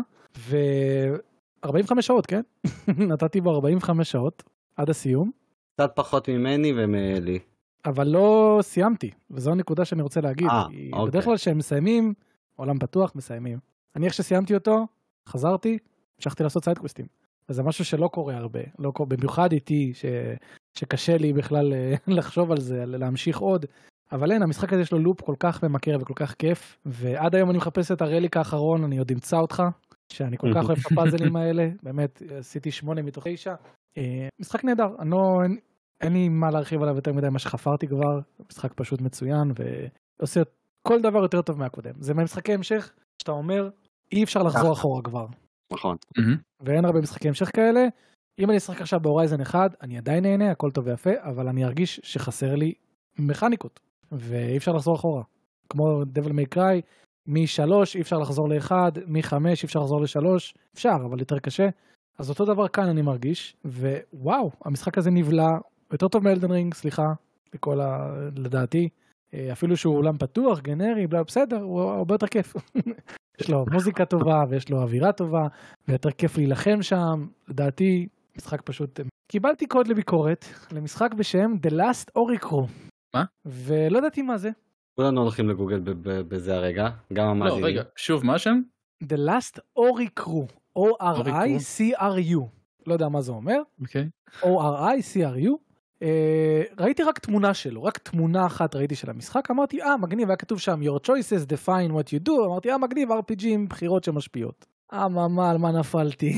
ו-45 שעות, כן? נתתי בו 45 שעות עד הסיום. קצת פחות ממני ומלי. אבל לא סיימתי, וזו הנקודה שאני רוצה להגיד. בדרך כלל שהם מסיימים, עולם פתוח מסיימים. אני איך שסיימתי אותו, חזרתי, המשכתי לעשות סיידקווסטים. וזה משהו שלא קורה הרבה, במיוחד איתי, שקשה לי בכלל לחשוב על זה, להמשיך עוד. אבל אין, המשחק הזה יש לו לופ כל כך ממכר וכל כך כיף, ועד היום אני מחפש את הרליק האחרון, אני עוד אמצא אותך, שאני כל כך אוהב את הפאזלים האלה, באמת, עשיתי 8 מתוך 9. משחק נהדר, אין לי מה להרחיב עליו יותר מדי מה שחפרתי כבר, משחק פשוט מצוין, ועושה כל דבר יותר טוב מהקודם. זה מהמשחקי המשך, שאתה אומר, אי אפשר לחזור אחורה כבר. נכון. ואין הרבה משחקי המשך כאלה. אם אני אשחק עכשיו בהורייזן 1, אני עדיין נהנה, הכל טוב ויפה, אבל אני ארגיש שחסר לי מכניקות. ואי אפשר לחזור אחורה. כמו Devil May Cry, מ-3 אי אפשר לחזור ל-1, מ-5 אי אפשר לחזור ל-3, אפשר, אבל יותר קשה. אז אותו דבר כאן אני מרגיש, ווואו, המשחק הזה נבלע, יותר טוב מאלדן רינג, סליחה, לדעתי, אפילו שהוא עולם פתוח, גנרי, בסדר, הוא הרבה יותר כיף. יש לו מוזיקה טובה, ויש לו אווירה טובה, ויותר כיף להילחם שם, לדעתי, משחק פשוט... קיבלתי קוד לביקורת, למשחק בשם The Last Oricru. מה? ולא ידעתי מה זה. כולנו הולכים לגוגל בזה הרגע, גם המאזינים. לא, רגע, שוב, מה השם? The Last Oricru, O-R-I-C-R-U. לא יודע מה זה אומר. אוקיי. O-R-I-C-R-U. ראיתי רק תמונה שלו, רק תמונה אחת ראיתי של המשחק, אמרתי, מגניב, היה כתוב שם, your choices define what you do, אמרתי, מגניב, RPG עם בחירות שמשפיעות. על מה נפלתי?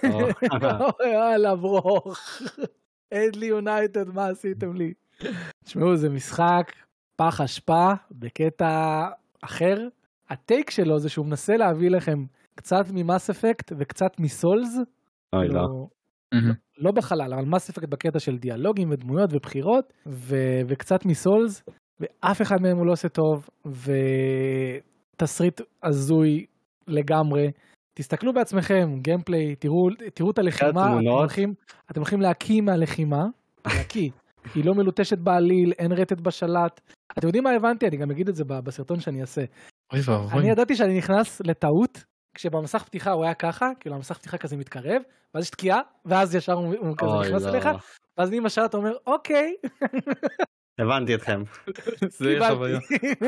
יאללה, ברוך. אדלי יונייטד, מה עשיתם לי? תשמעו, זה משחק פח אשפה בקטע אחר. הטייק שלו זה שהוא מנסה להביא לכם קצת ממאס אפקט וקצת מסולס. אוי, לא. לא בחלל, אבל מאס אפקט בקטע של דיאלוגים ודמויות ובחירות, וקצת מסולס, ואף אחד מהם הוא לא עושה טוב, ותסריט הזוי לגמרי. תסתכלו בעצמכם, גיימפליי, תראו את הלחימה, אתם הולכים להקיא מהלחימה, להקיא. היא לא מלוטשת בעליל, אין רטט בשלט. אתם יודעים מה הבנתי? אני גם אגיד את זה בסרטון שאני אעשה. אני ידעתי שאני נכנס לטעות, כשבמסך פתיחה הוא היה ככה, כאילו המסך פתיחה כזה מתקרב, ואז יש תקיעה, ואז ישר הוא כזה נכנס אליך, ואז אני עם השלט אומר, אוקיי. הבנתי אתכם. זה יהיה חוויה.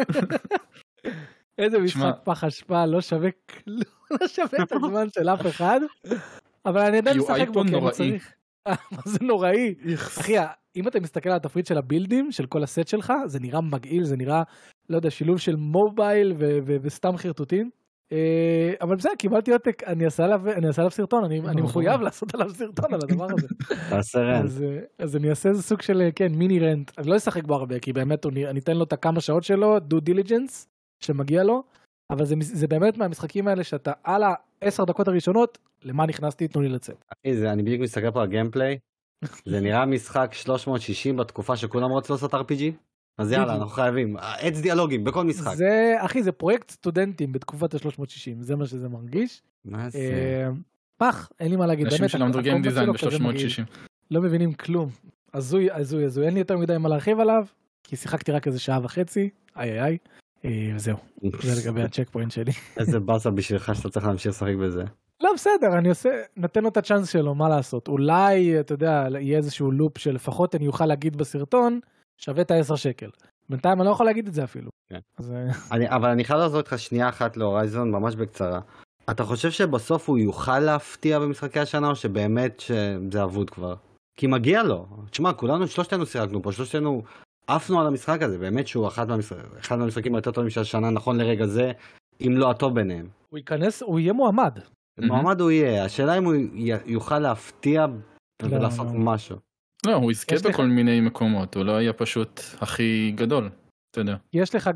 איזה משחק פח אשפה, לא שווה כלום, לא שווה את הזמן של אף אחד, אבל אני עדיין משחק בו, כי אני צריך. מה זה נוראי? אחי, אם אתה מסתכל על התפריט של הבילדים, של כל הסט שלך, זה נראה מגעיל, זה נראה, לא יודע, שילוב של מובייל וסתם חרטוטים. אבל בסדר, קיבלתי עותק, אני אעשה עליו סרטון, אני מחויב לעשות עליו סרטון על הדבר הזה. תעשה רנט. אז אני אעשה איזה סוג של, כן, מיני רנט. אני לא אשחק בו הרבה, כי באמת אני אתן לו את הכמה שעות שלו, דו דיליג'נס, שמגיע לו, אבל זה באמת מהמשחקים האלה שאתה על ה10 דקות הראשונות, למה נכנסתי, תנו לי לצאת. אני בדיוק מסתכל פה על גיימפליי, זה נראה משחק 360 בתקופה שכולם רוצים לעשות RPG? אז יאללה, אנחנו חייבים. עץ דיאלוגים בכל משחק. אחי, זה פרויקט סטודנטים בתקופת ה-360, זה מה שזה מרגיש. מה זה? פח, אין לי מה להגיד. אנשים שלמדו גיים דיזיין ב-360. לא מבינים כלום. הזוי. אין לי יותר מדי מה להרחיב עליו, כי שיחקתי רק איזה שעה וחצי. איי. וזהו. זה לגבי הצ'ק פוינט שלי. איזה באסה בשבילך שאתה צריך להמשיך לשחק בזה. לא, בסדר, נתן לו את הצ'אנס שלו, מה לעשות? אולי, אתה יודע, יהיה איזשהו לופ שלפחות אני אוכל להגיד בסרטון, שווה את ה$10. בינתיים אני לא יכול להגיד את זה אפילו. אבל אני חייב לעזור איתך שנייה אחת להורייזון, ממש בקצרה. אתה חושב שבסוף הוא יוכל להפתיע במשחקי השנה, או שבאמת שזה אבוד כבר? כי מגיע לו. תשמע, שלושתנו שיחקנו פה, שלושתנו עפנו על המשחק הזה, באמת שהוא אחד מהמשחקים היותר טובים של השנה, נכון לרגע זה, אם לא הטוב ביניהם. הוא ייכנס, הוא יהיה מועמד. מועמד הוא יהיה, השאלה אם הוא יוכל להפתיע ולעשות משהו. לא, הוא יזכה בכל מיני מקומות, הוא לא היה פשוט הכי גדול, אתה יודע. יש לך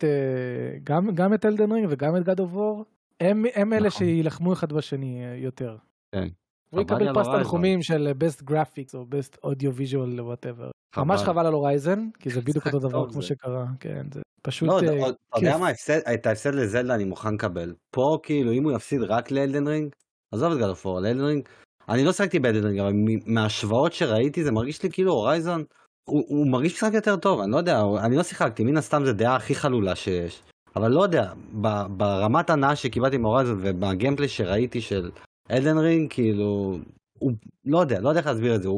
גם את אלדן רינג וגם את God of War, הם אלה שילחמו אחד בשני יותר. כן. הוא יקבל פס תנחומים של best graphics או best audio visual או whatever. ממש חבל על הורייזן, כי זה בדיוק אותו דבר כמו שקרה. כן, זה פשוט... לא, אתה יודע מה, את ההפסד לזלדה אני מוכן לקבל. פה כאילו, אם הוא יפסיד רק לאלדן רינג, עזוב את God of War, לאלדן רינג, אני לא שחקתי באלדן רינג, אבל מההשוואות שראיתי זה מרגיש לי כאילו הורייזון, הוא מרגיש משחק יותר טוב, אני לא יודע, אני לא שיחקתי, מן הסתם זה דעה הכי חלולה שיש. אבל לא יודע, ברמת הנאה שקיבלתי מהורייזון ובגיימפלי שראיתי של אלדן רינג, כאילו, לא יודע איך להסביר את זה,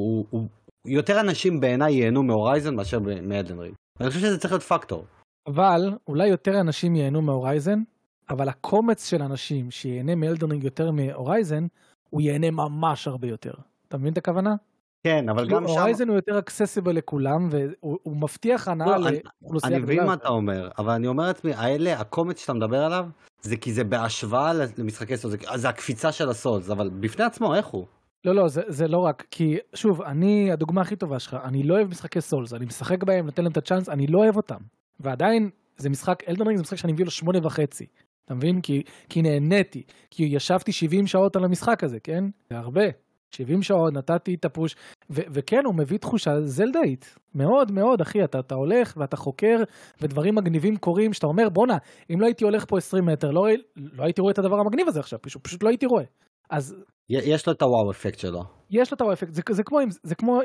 יותר אנשים בעיניי ייהנו מהורייזון מאשר מאלדן רינג. אני חושב שזה צריך להיות פקטור. אבל אולי יותר אנשים ייהנו מהורייזון, אבל הקומץ של אנשים שיהנה מאלדן רינג יותר מהורייזון, הוא ייהנה ממש הרבה יותר. אתה מבין את הכוונה? כן, אבל גם שם... הורייזן הוא יותר אקססיבל לכולם, והוא מבטיח הנאה לאוכלוסייה. אני מבין מה אתה אומר, אבל אני אומר לעצמי, הקומץ שאתה מדבר עליו, זה כי זה בהשוואה למשחקי סולס, זה הקפיצה של הסולס, אבל בפני עצמו, איך הוא? לא, זה לא רק, כי שוב, הדוגמה הכי טובה שלך, אני לא אוהב משחקי סולס, אני משחק בהם, נותן להם את הצ'אנס, אני לא אוהב אותם. ועדיין, זה משחק, אלדן רינג זה משחק שאני מביא לו 8.5. אתה מבין? כי נהניתי, כי ישבתי 70 שעות על המשחק הזה, כן? זה הרבה. 70 שעות, נתתי את הפוש, וכן, הוא מביא תחושה זלדאית. מאוד מאוד, אחי, אתה הולך ואתה חוקר, ודברים מגניבים קורים, שאתה אומר, בונה, אם לא הייתי הולך פה 20 מטר, לא הייתי רואה את הדבר המגניב הזה עכשיו, פשוט לא הייתי רואה. אז... יש לו את הוואו אפקט שלו. יש לו את הוואו אפקט, זה כמו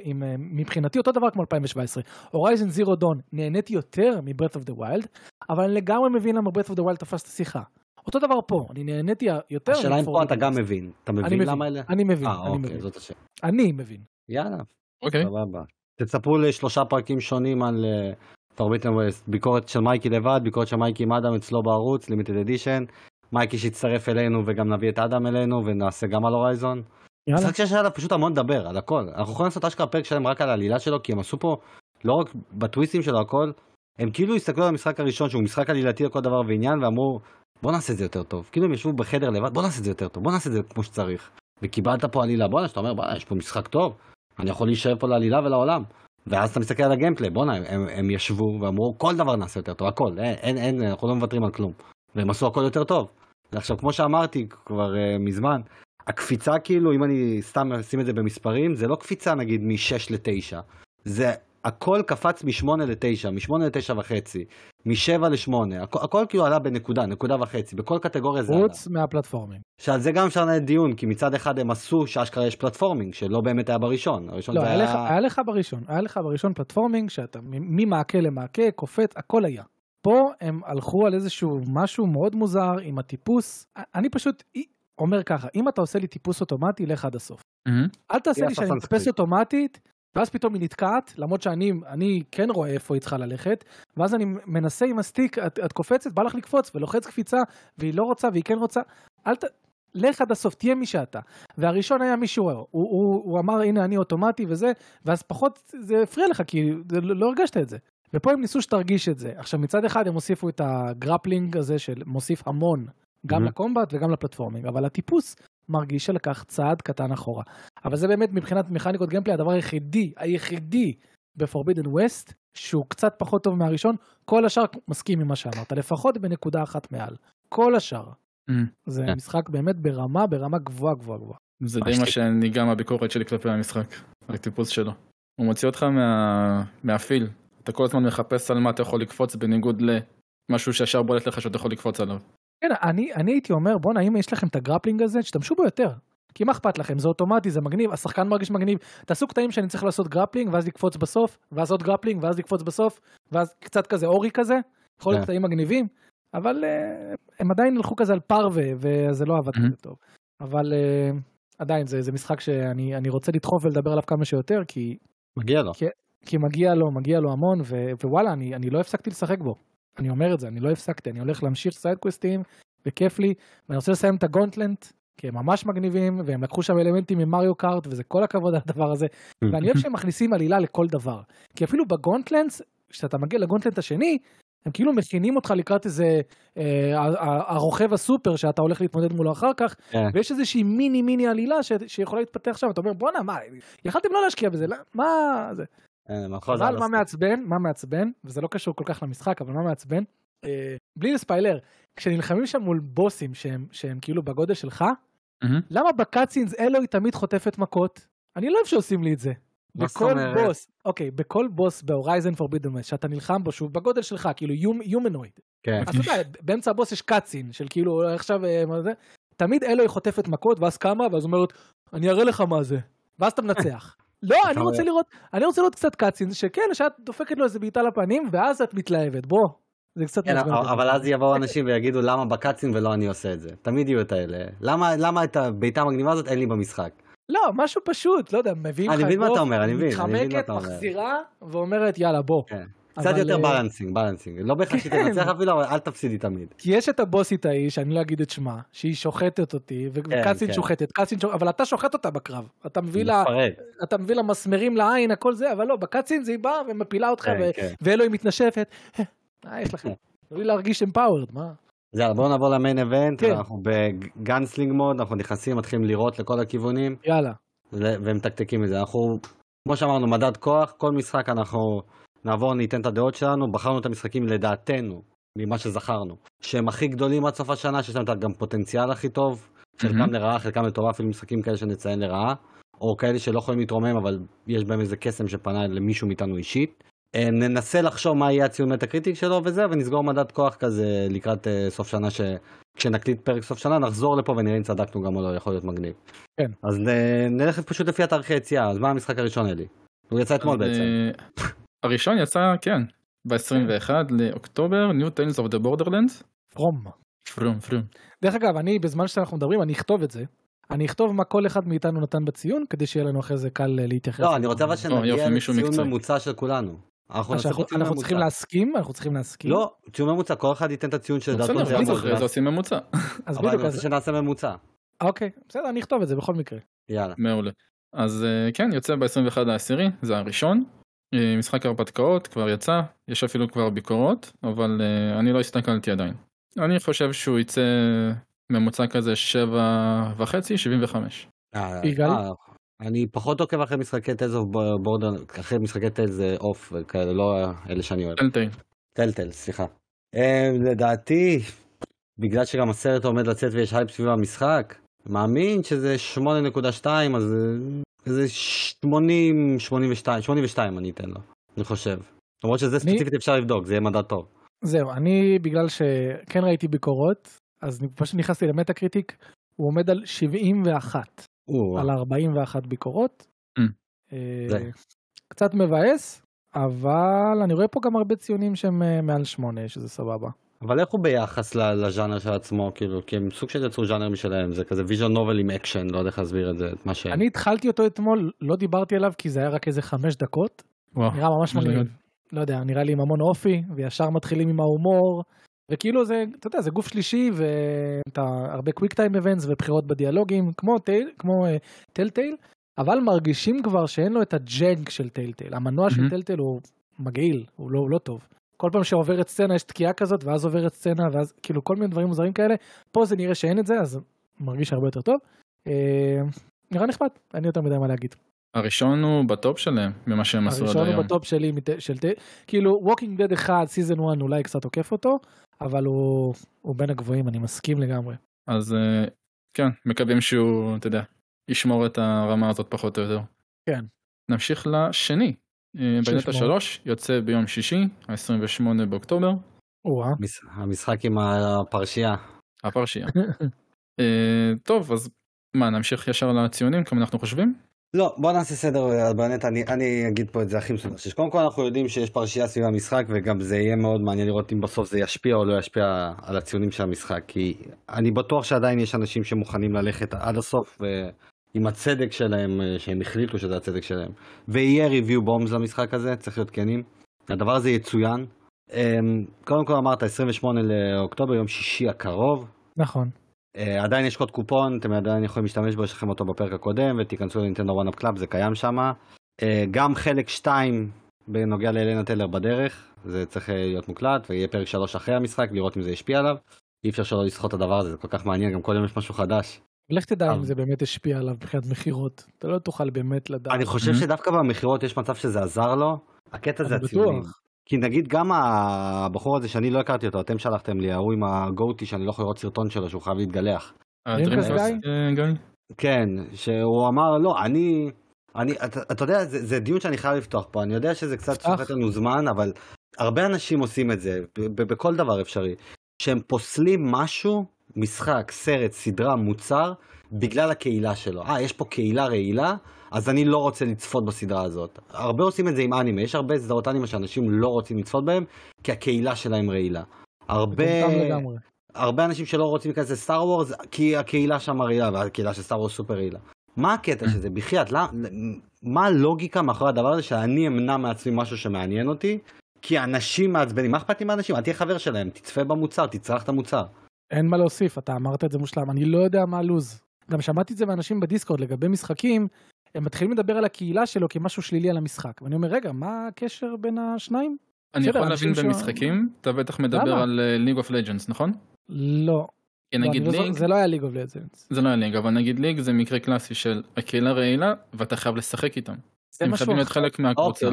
מבחינתי אותו דבר כמו 2017. הורייזן זירו דון, נהניתי יותר מ-Breath of the Wild, אבל אני לגמרי מבין למה Breath of the Wild תפס את השיחה. אותו דבר פה, אני נהניתי יותר... השאלה אם פה אתה גם מבין. אתה מבין למה אלה? אני מבין. אוקיי, זאת השאלה. אני מבין. יאללה. אוקיי. סבבה. תצפו ל3 פרקים שונים על Forbidden West. ביקורת של מייקי לבד, ביקורת של מייקי עם אדם אצלו בערוץ, לימיטד אדישן. מייקי שיצטרף אלינו וגם נביא את אדם אלינו ונעשה גם על הורייזון. יאללה. צריך שעליו פשוט המון לדבר, על הכל. אנחנו יכולים לעשות אשכרה פרק שלהם רק על העלילה שלו, כי הם עשו פה, לא רק בטוויסטים שלו הכל, הם כאילו הסתכלו על המשחק הראשון, שהוא משחק עלילתי לכל דבר ועניין, ואמרו, בוא נעשה את זה יותר טוב. כאילו הם ישבו בחדר לבד, בוא נעשה את זה יותר טוב, בוא נעשה את זה כמו שצריך. וקיבלת פה עלילה, בוא נעשה, אתה אומר, יש פה משחק טוב, אני יכול להישאר פה לעלילה ולעולם. ואז אתה מסתכל על הגיימפלי, בוא נע, הם ישבו ואמרו, כל דבר נעשה יותר טוב, הכל, אנחנו לא מוותרים על כלום. והם עשו הכל יותר טוב. עכשיו, כמו שאמרתי כבר מזמן, הקפיצה כאילו, אם אני סתם אשים את זה במספרים, זה לא קפיצה נגיד מ-6 ל-9. זה הכל קפץ מ-8 ל-9, מ-8 ל-9.5, מ-7 ל-8, הכל כאילו עלה נקודה וחצי, בכל קטגוריה זה עלה. חוץ מהפלטפורמינג. שעל זה גם אפשר לנהל דיון, כי מצד אחד הם עשו שאשכרה יש פלטפורמינג, שלא באמת היה בראשון. לא, היה לך בראשון פלטפורמינג, שאתה ממעקה למעקה, קופץ, הכל היה. פה הם הלכו על איזשהו משהו מאוד מוזר עם הטיפוס. אני פשוט אומר ככה, אם אתה עושה לי טיפוס אוטומטי, לך עד הסוף. אל תעשה לי שאני מטפס אוטומטית, ואז פתאום היא נתקעת, למרות שאני כן רואה איפה היא צריכה ללכת, ואז אני מנסה עם הסטיק, את קופצת, בא לך לקפוץ, ולוחץ קפיצה, והיא לא רוצה, והיא כן רוצה, לך עד הסוף, תהיה מי שאתה. והראשון היה מישהו, הוא אמר, הנה אני אוטומטי וזה, ואז פחות זה הפריע לך, כי לא הרגשת את זה. ופה הם ניסו שתרגיש את זה. עכשיו מצד אחד הם הוסיפו את הגרפלינג הזה, שמוסיף המון, גם לקומבט וגם לפלטפורמינג, אבל הטיפוס מרגיש שלקח צעד קטן אחורה. אבל זה באמת מבחינת מכניקות גיימפלי, הדבר היחידי ב-Forbidden West, שהוא קצת פחות טוב מהראשון, כל השאר מסכים עם מה שאמרת, לפחות בנקודה אחת מעל. כל השאר. זה משחק באמת ברמה גבוהה. זה די מה שאני גם הביקורת שלי כלפי המשחק. הטיפוס שלו. הוא מוציא אותך מהפיל. אתה כל הזמן מחפש על מה אתה יכול לקפוץ, בניגוד למשהו שישר בולט לך שאתה יכול לקפוץ עליו. כן, אני הייתי אומר, בוא'נה, אם יש לכם את הגרפלינג הזה, תשתמשו בו יותר. כי מה אכפת לכם? זה אוטומטי, זה מגניב, השחקן מרגיש מגניב. תעשו קטעים שאני צריך לעשות גרפלינג, ואז לקפוץ בסוף, ואז עוד גרפלינג, ואז לקפוץ בסוף, ואז קצת כזה אורי כזה, יכול להיות קטעים מגניבים, אבל הם עדיין הלכו כזה על פרווה, וזה לא עבד כזה טוב. אבל עדיין, זה משחק שאני רוצה לדחוף ולדבר עליו כמה שיותר, כי... מגיע לו. כי מגיע לו המון, ווואלה, אני לא הפסקתי לשחק בו. אני אומר את זה, אני לא הפסקתי, אני הולך להמשיך סיידקווסטים, וכיף לי, ואני רוצה לסיים את הגונטלנט, כי הם ממש מגניבים, והם לקחו שם אלמנטים ממריו קארט, וזה כל הכבוד על הדבר הזה, ואני אוהב שהם מכניסים עלילה לכל דבר, כי אפילו בגונטלנט, כשאתה מגיע לגונטלנט השני, הם כאילו מכינים אותך לקראת איזה הרוכב הסופר, שאתה הולך להתמודד מולו אחר כך, ויש איזושהי מיני עלילה, שיכולה להתפתח שם, אתה אומר, בוא'נה, מה, יכלתם לא להשקיע בזה, מה זה? אבל מה מעצבן, וזה לא קשור כל כך למשחק, אבל מה מעצבן, בלי לספיילר, כשנלחמים שם מול בוסים שהם כאילו בגודל שלך, למה בקאצינס אלוי תמיד חוטפת מכות? אני לא אוהב שעושים לי את זה. בכל בוס בהורייזן פורבידן ווסט, שאתה נלחם בו שהוא בגודל שלך, כאילו יומנויד. אז אתה יודע, באמצע הבוס יש קאצין, של כאילו עכשיו, תמיד אלוי חוטפת מכות, ואז כמה, ואז אומרת, אני אראה לך מה זה. ואז אתה מנצח. לא, אני רוצה לראות קצת קאצין, שכן, שאת דופקת לו איזה בעיטה לפנים, ואז את מתלהבת, בוא. זה קצת אבל אז יבואו אנשים ויגידו למה בקאצין ולא אני עושה את זה. תמיד יהיו את האלה. למה את הביתה המגניבה הזאת אין לי במשחק? לא, משהו פשוט, לא יודע, מביאים לך מתחמקת, מחזירה, ואומרת יאללה בוא. קצת יותר בלנסינג. לא בהכרח שתנצח אפילו, אבל אל תפסידי תמיד. כי יש את הבוסית ההיא, שאני לא אגיד את שמה, שהיא שוחטת אותי, וקאצין שוחטת, אבל אתה שוחט אותה בקרב. אתה מביא לה מסמרים לעין, הכל זה, אבל לא, בקאצין זה היא באה ומפילה אותך, ואלוהי מתנשפת. יש לכם, לא לי להרגיש אמפאוורד, מה? זהו, בואו נעבור למיין איבנט, אנחנו בגאנסלינג מוד, אנחנו נכנסים, מתחילים לראות לכל הכיוונים. יאללה. והם תקתקים את זה. אנחנו, כמו שאמרנו, מדד כוח, כל משחק אנחנו נעבור, ניתן את הדעות שלנו, בחרנו את המשחקים לדעתנו, ממה שזכרנו, שהם הכי גדולים עד סוף השנה, שיש להם גם פוטנציאל הכי טוב, חלקם לרעה, חלקם לטובה, אפילו משחקים כאלה שנציין לרעה, או כאלה שלא יכולים להתרומם, אבל יש בהם איזה קסם שפנה למישהו מאיתנו אישית. ננסה לחשוב מה יהיה הציון מטה-קריטיק שלו וזה, ונסגור מדד כוח כזה לקראת סוף שנה, כשנקליט פרק סוף שנה, נחזור לפה ונראה אם צדקנו גם או לא, יכול להיות מגניב. כן. אז נלך פשוט לפי התאריכי יציאה, אז מה המשחק הראשון אלי? הוא יצא אתמול בעצם. הראשון יצא, כן, ב-21 לאוקטובר, New Tales of the Borderlands. From. דרך אגב, בזמן שאנחנו מדברים, אני אכתוב את זה. אני אכתוב מה כל אחד מאיתנו נתן בציון, כדי שיהיה לנו אחרי זה קל להתייחס. לא, אני רוצה אבל שנגיע לציון ממוצע של כולנו. אנחנו צריכים להסכים? לא, ציון ממוצע, כל אחד ייתן את הציון של דעתו. זה עושים ממוצע. אבל אני רוצה שנעשה ממוצע. אוקיי, בסדר, אני אכתוב את זה בכל מקרה. יאללה. מעולה. אז כן, יוצא ב-21/10, זה הראשון. משחק הרפתקאות כבר יצא, יש אפילו כבר ביקורות, אבל אני לא הסתכלתי עדיין. אני חושב שהוא יצא ממוצע כזה 7.5, 75. יגאל? אני פחות עוקב אחרי משחקי טיילס אוף בורדר, אחרי משחקי טיילס אוף כאלה, לא אלה שאני אוהב. טלטל, סליחה. לדעתי, בגלל שגם הסרט עומד לצאת ויש הייפ סביב המשחק, מאמין שזה 8.2, אז זה 82 אני אתן לו, אני חושב. למרות שזה ספציפית אפשר לבדוק, זה יהיה מדע טוב. זהו, אני בגלל שכן ראיתי ביקורות, אז פשוט נכנסתי למטה קריטיק, הוא עומד על 71, על 41 ביקורות. קצת מבאס, אבל אני רואה פה גם הרבה ציונים שהם מעל 8, שזה סבבה. אבל איך הוא ביחס לז'אנר של עצמו, כאילו, כי הם סוג של יצרו ז'אנר משלהם, זה כזה ויז'ן נובל עם אקשן, לא יודע איך להסביר את זה, מה שהם. אני התחלתי אותו אתמול, לא דיברתי עליו, כי זה היה רק איזה 5 דקות, נראה ממש מגניב. לא יודע, נראה לי עם המון אופי, וישר מתחילים עם ההומור, וכאילו זה, אתה יודע, זה גוף שלישי, ואתה הרבה קוויק טיים איבנטס ובחירות בדיאלוגים, כמו טלטייל, אבל מרגישים כבר שאין לו את הג'נק של טלטייל. המנוע של טלטייל הוא מגעיל, הוא לא טוב. כל פעם שעוברת סצנה יש תקיעה כזאת, ואז עוברת סצנה, ואז כאילו כל מיני דברים מוזרים כאלה. פה זה נראה שאין את זה, אז מרגיש הרבה יותר טוב. נראה נחמד, אין יותר מדי מה להגיד. הראשון הוא בטופ שלהם, ממה שהם עשו עד היום. הראשון הוא בטופ שלי, כאילו Walking Dead 1, Season 1 אולי קצת עוקף אותו, אבל הוא בין הגבוהים, אני מסכים לגמרי. אז כן, מקווים שהוא, אתה יודע, ישמור את הרמה הזאת פחות או יותר. כן. נמשיך לשני. ביונטה 3 יוצא ביום שישי, ה-28 באוקטובר. המשחק עם הפרשייה. טוב, אז מה, נמשיך ישר לציונים כמה אנחנו חושבים? לא, בוא נעשה סדר ביונטה, אני אגיד פה את זה הכי מסודר. קודם כל אנחנו יודעים שיש פרשייה סביב המשחק, וגם זה יהיה מאוד מעניין לראות אם בסוף זה ישפיע או לא ישפיע על הציונים של המשחק, כי אני בטוח שעדיין יש אנשים שמוכנים ללכת עד הסוף, עם הצדק שלהם, שהם החליטו שזה הצדק שלהם. ויהיה ריוויו בומס למשחק הזה, צריך להיות כנים. הדבר הזה יצוין. קודם כל אמרת, 28 לאוקטובר, יום שישי הקרוב. נכון. עדיין יש קוד קופון, אתם עדיין יכולים להשתמש בו, יש לכם אותו בפרק הקודם, ותיכנסו לנינטנדו וואן אפ קלאב, זה קיים שם. גם חלק 2 בנוגע לאלנה טלר בדרך, זה צריך להיות מוקלט, ויהיה פרק 3 אחרי המשחק, לראות אם זה ישפיע עליו. אי אפשר שלא לסחוט את הדבר הזה, זה כל כך מעניין, גם כל יום יש משהו חדש. לך תדע אם זה באמת השפיע עליו מבחינת מחירות, אתה לא תוכל באמת לדעת. אני חושב שדווקא במחירות יש מצב שזה עזר לו, הקטע זה הציונים. כי נגיד גם הבחור הזה שאני לא הכרתי אותו, אתם שלחתם לי, ההוא עם הגוטי שאני לא יכול לראות סרטון שלו שהוא חייב להתגלח. כן, שהוא אמר לא, אתה יודע, זה דיון שאני חייב לפתוח פה, אני יודע שזה קצת שופט לנו זמן, אבל הרבה אנשים עושים את זה, בכל דבר אפשרי, שהם פוסלים משהו, משחק, סרט, סדרה, מוצר, בגלל הקהילה שלו. יש פה קהילה רעילה, אז אני לא רוצה לצפות בסדרה הזאת. הרבה עושים את זה עם אנימה, יש הרבה סדרות אנימה שאנשים לא רוצים לצפות בהם, כי הקהילה שלהם רעילה. הרבה אנשים שלא רוצים להיכנס לסטאר וורס, כי הקהילה שם רעילה, והקהילה של סטאר וורס סופר רעילה. מה הקטע שזה? בחייאת, מה הלוגיקה מאחורי הדבר הזה, שאני אמנע מעצמי משהו שמעניין אותי, כי אנשים מעצבנים, מה אכפת לי מהאנשים? אל תהיה חבר שלהם, תצפה במוצר, תצרח את המוצר. אין מה להוסיף, אתה אמרת את זה מושלם, אני לא יודע מה הלוז. גם שמעתי את זה מאנשים בדיסקורד לגבי משחקים, הם מתחילים לדבר על הקהילה שלו כמשהו שלילי על המשחק. ואני אומר, רגע, מה הקשר בין השניים? אני יכול להבין במשחקים, אתה בטח מדבר על League of Legends, נכון? לא. זה לא היה League of Legends. זה לא היה League, אבל נגיד League זה מקרה קלאסי של הקהילה רעילה, ואתה חייב לשחק איתם. הם חייבים להיות חלק מהקבוצה.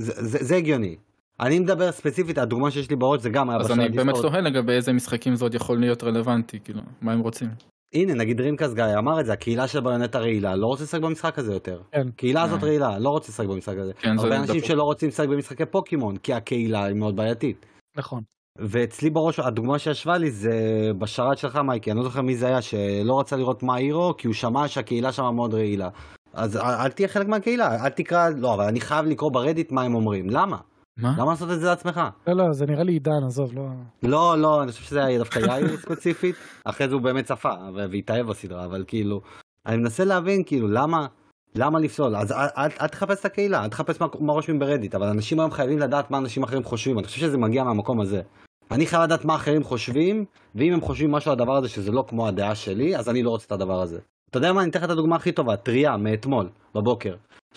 זה הגיוני. אני מדבר ספציפית, הדוגמה שיש לי בראש זה גם היה בשביל הדיסקורד. אז אני באמת תוהה לגבי איזה משחקים זה עוד יכול להיות רלוונטי, כאילו, מה הם רוצים. הנה, נגיד דרימקאסט גיא אמר את זה, הקהילה של ביונטה רעילה, לא רוצה לשחק במשחק הזה יותר. קהילה הזאת רעילה, לא רוצה לשחק במשחק הזה. הרבה אנשים שלא רוצים לשחק במשחקי פוקימון, כי הקהילה היא מאוד בעייתית. נכון. ואצלי בראש, הדוגמה שישבה לי זה בשרת שלך מייקי, אני לא זוכר מי זה היה, שלא רצה לראות מה הירו, כי הוא שמע שהקהילה שם מאוד רעילה. אז אל תהיה חלק מהקהילה, אל תקרא, לא, אבל אני חייב לקרוא ברדיט מה הם אומרים. למה? מה? למה לעשות את זה לעצמך? לא, זה נראה לי עידן, עזוב, לא. לא, אני חושב שזה היה דווקא יאיר ספציפית, אחרי זה הוא באמת צפה, והתאהב בסדרה, אבל כאילו, אני מנסה להבין, כאילו, למה לפסול? אז אל תחפש את הקהילה, אל תחפש מה רושמים ברדיט, אבל אנשים היום חייבים לדעת מה אנשים אחרים חושבים, אני חושב שזה מגיע מהמקום הזה. אני חייב לדעת מה אחרים חושבים, ואם הם חושבים משהו על הדבר הזה שזה לא כמו הדעה שלי, אז אני לא רוצה את הדבר הזה. אתה יודע מה, אני אתן לך את הדוגמה הכי טובה, טריה מאתמול, בבוקר,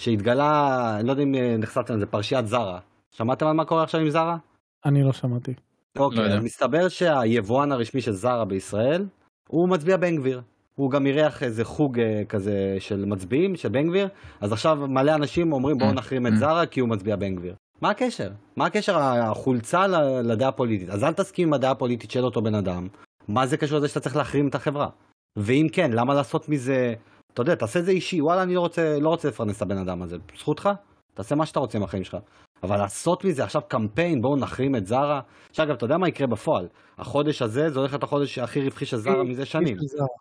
שהתגלה, אני לא יודע אם נחשפתם לזה, פרשיית זרה. שמעתם על מה קורה עכשיו עם זרה? אני לא שמעתי. אוקיי, מסתבר שהיבואן הרשמי של זרה בישראל, הוא מצביע בן גביר. הוא גם אירח איזה חוג כזה של מצביעים, של בן גביר, אז עכשיו מלא אנשים אומרים בואו נחרים את זרה כי הוא מצביע בן גביר. מה הקשר? מה הקשר החולצה לדעה הפוליטית? אז אל תסכים עם הדעה הפוליטית של אותו בן אדם. מה זה קשור לזה שאתה צריך להחרים את החברה? ואם כן, למה לעשות מזה, אתה יודע, תעשה את זה אישי, וואלה, אני לא רוצה לפרנס את הבן אדם הזה. זכותך? תעשה מה שאתה רוצה עם החיים שלך. אבל לעשות מזה עכשיו קמפיין, בואו נחרים את זרה. שאגב, אתה יודע מה יקרה בפועל? החודש הזה, זה הולך להיות החודש הכי רווחי של זרה מזה שנים.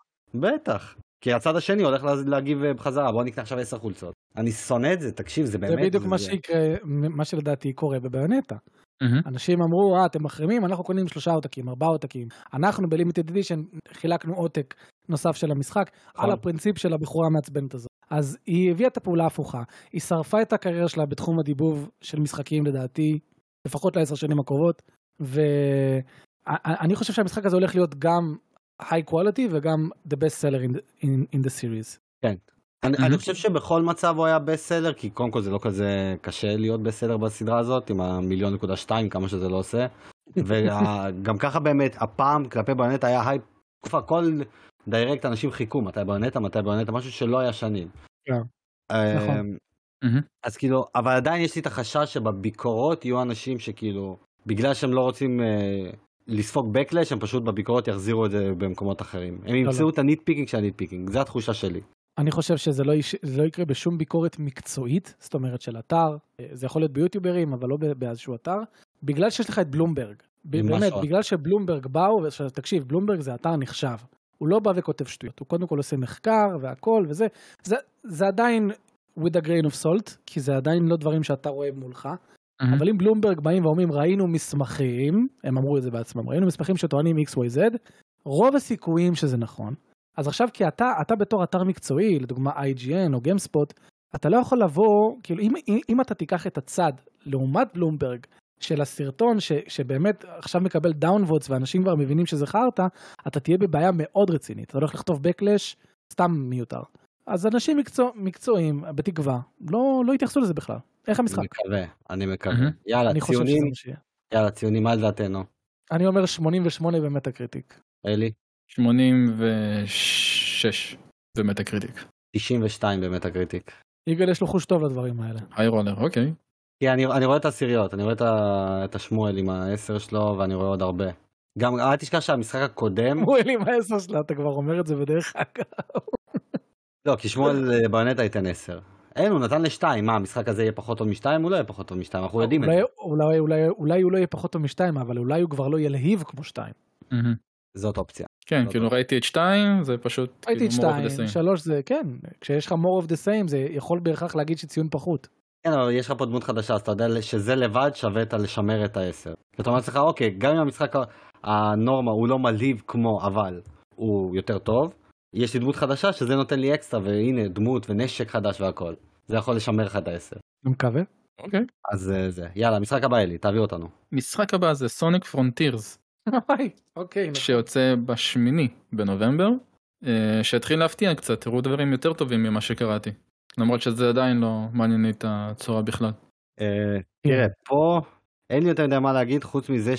בטח. כי הצד השני הולך להגיב בחזרה, בואו נקנה עכשיו 10 חולצות. אני שונא את זה, תקשיב, זה באמת... זה בדיוק מה שיקרה, מה שלדעתי קורה בביונטה. אנשים אמרו, אתם מחרימים, אנחנו קונים 3 עותקים, 4 עותקים. אנחנו בלימיטד אדישן חילקנו עותק נוסף של המשחק, על הפרינציפ של הבחורה המעצבנת הזאת. אז היא הביאה את הפעולה ההפוכה, היא שרפה את הקריירה שלה בתחום הדיבוב של משחקים לדעתי, לפחות ל10 שנים הקרובות, ואני חושב שהמשחק הזה הולך להיות גם high quality וגם the best seller in the series. כן. אני חושב שבכל מצב הוא היה בסלר, כי קודם כל זה לא כזה קשה להיות בסלר בסדרה הזאת, עם ה1.2 כמה שזה לא עושה, וגם ככה באמת, הפעם כלפי ביונטה היה הייפ, כל דיירקט אנשים חיכו, מתי ביונטה, משהו שלא היה שנים. נכון. אז כאילו, אבל עדיין יש לי את החשש שבביקורות יהיו אנשים שכאילו, בגלל שהם לא רוצים לספוג בקלש, הם פשוט בביקורות יחזירו את זה במקומות אחרים. הם ימצאו את הניט פיקינג של הניט פיקינג, זה התחושה שלי. אני חושב שזה לא יקרה בשום ביקורת מקצועית, זאת אומרת של אתר, זה יכול להיות ביוטיוברים, אבל לא באיזשהו אתר, בגלל שיש לך את בלומברג. באמת, בגלל שבלומברג באו, תקשיב, בלומברג זה אתר נחשב. הוא לא בא וכותב שטויות, הוא קודם כל עושה מחקר והכל וזה, זה עדיין with a grain of salt, כי זה עדיין לא דברים שאתה רואה מולך, אבל אם בלומברג באים ואומרים, ראינו מסמכים, הם אמרו את זה בעצמם, ראינו מסמכים שטוענים XYZ, רוב הסיכויים שזה נכון. אז עכשיו, כי אתה בתור אתר מקצועי, לדוגמה IGN או GameSpot, אתה לא יכול לבוא, כאילו, אם אתה תיקח את הצד, לעומת בלומברג, של הסרטון שבאמת עכשיו מקבל דאונבוטס, ואנשים כבר מבינים שזה חרטה, אתה תהיה בבעיה מאוד רצינית. אתה הולך לכתוב בקלש, סתם מיותר. אז אנשים מקצועיים, בתקווה, לא יתייחסו לזה בכלל. איך המשחק? אני מקווה. יאללה, ציונים על דעתנו. אני אומר 88 במטה-קריטיק. אלי? 86 במטה-קריטיק. 92 במטה-קריטיק. יגאל יש לו חוש טוב לדברים האלה. היי רולר, אוקיי. כי אני רואה את הסיריות, אני רואה את השמואל עם ה10 שלו, ואני רואה עוד הרבה. גם, אל תשכח שהמשחק הקודם... שמואל עם ה10 שלו, אתה כבר אומר את זה בדרך אגב. לא, כי שמואל בענטה ייתן 10. אין, הוא נתן ל2, מה, המשחק הזה יהיה פחות טוב מ2? הוא לא יהיה פחות טוב מ2, אנחנו יודעים את זה. אולי הוא לא יהיה פחות טוב מ2, אבל אולי הוא כבר לא ילהיב כמו 2. זאת אופציה. כן, כאילו ראיתי את 2, זה פשוט... ראיתי את 2, 3 זה, כן, כשיש לך more of the same, זה יכול בהכרח להגיד שציון פחות. כן, אבל יש לך פה דמות חדשה, אז אתה יודע שזה לבד שווה את לשמר את ה10. אתה אומר לך, אוקיי, גם אם המשחק הנורמה הוא לא מלהיב כמו, אבל הוא יותר טוב, יש לי דמות חדשה שזה נותן לי אקסטרה, והנה דמות ונשק חדש והכל. זה יכול לשמר לך את ה10. אני מקווה. אוקיי. אז זה, יאללה, משחק הבא אלי, תעביר אותנו. משחק הבא זה סוניק פרונטירס. אוקיי. שיוצא ב8 בנובמבר, שהתחיל להפתיע קצת, תראו דברים יותר טובים ממה שקראתי. למרות שזה עדיין לא מעניין את הצורה בכלל. תראה, פה אין לי יותר יודע מה להגיד, חוץ מזה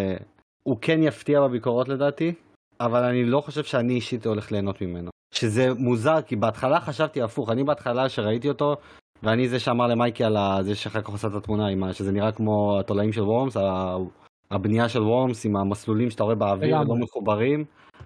שהוא כן יפתיע בביקורות לדעתי, אבל אני לא חושב שאני אישית הולך ליהנות ממנו. שזה מוזר, כי בהתחלה חשבתי הפוך, אני בהתחלה שראיתי אותו, ואני זה שאמר למייקי על זה שאחר כך עושה את התמונה, שזה נראה כמו התולעים של וורמס, הבנייה של וורמס עם המסלולים שאתה רואה באוויר, לא מחוברים.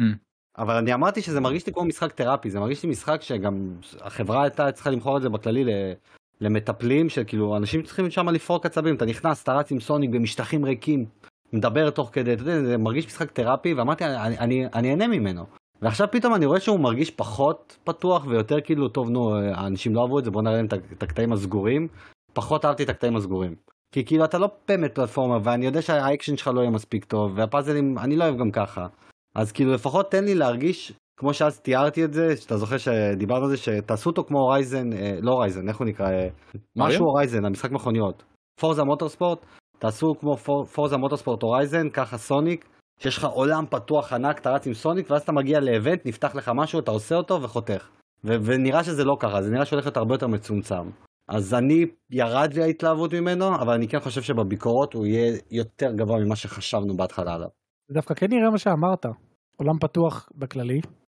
אבל אני אמרתי שזה מרגיש לי כמו משחק תרפי, זה מרגיש לי משחק שגם החברה הייתה צריכה למכור את זה בכללי למטפלים, שכאילו אנשים צריכים שם לפרוק עצבים, אתה נכנס, אתה רץ עם סוניק במשטחים ריקים, מדבר תוך כדי, אתה יודע, זה מרגיש משחק תרפי, ואמרתי, אני אהנה ממנו. ועכשיו פתאום אני רואה שהוא מרגיש פחות פתוח, ויותר כאילו, טוב, נו, האנשים לא אהבו את זה, בואו נראה להם את הקטעים הסגורים, פחות אהבתי את הקטעים הסגורים. כי כאילו אתה לא באמת פלטפורמה, ואני יודע שהאקשן שלך לא יהיה מספיק טוב, והפאזלים, אני לא אוהב גם ככה. אז כאילו לפחות תן לי להרגיש, כמו שאז תיארתי את זה, שאתה זוכר שדיברנו על זה, שתעשו אותו כמו הורייזן, לא הורייזן, איך הוא נקרא? משהו הורייזן, המשחק מכוניות. פורזה מוטורספורט, תעשו כמו פורזה מוטורספורט הורייזן, ככה סוניק, שיש לך עולם פתוח ענק, אתה רץ עם סוניק, ואז אתה מגיע לאבנט, נפתח לך משהו, אתה עושה אותו וחותך. ונראה שזה לא ככה, זה נראה שהולך להיות הרבה יותר מצומצם. אז אני ירד לי ההתלהבות ממנו, אבל אני כן חושב שבביקורות הוא יהיה יותר גבוה ממה שחשבנו בהתחלה עליו. זה דווקא כן נראה מה שאמרת, עולם פתוח בכללי,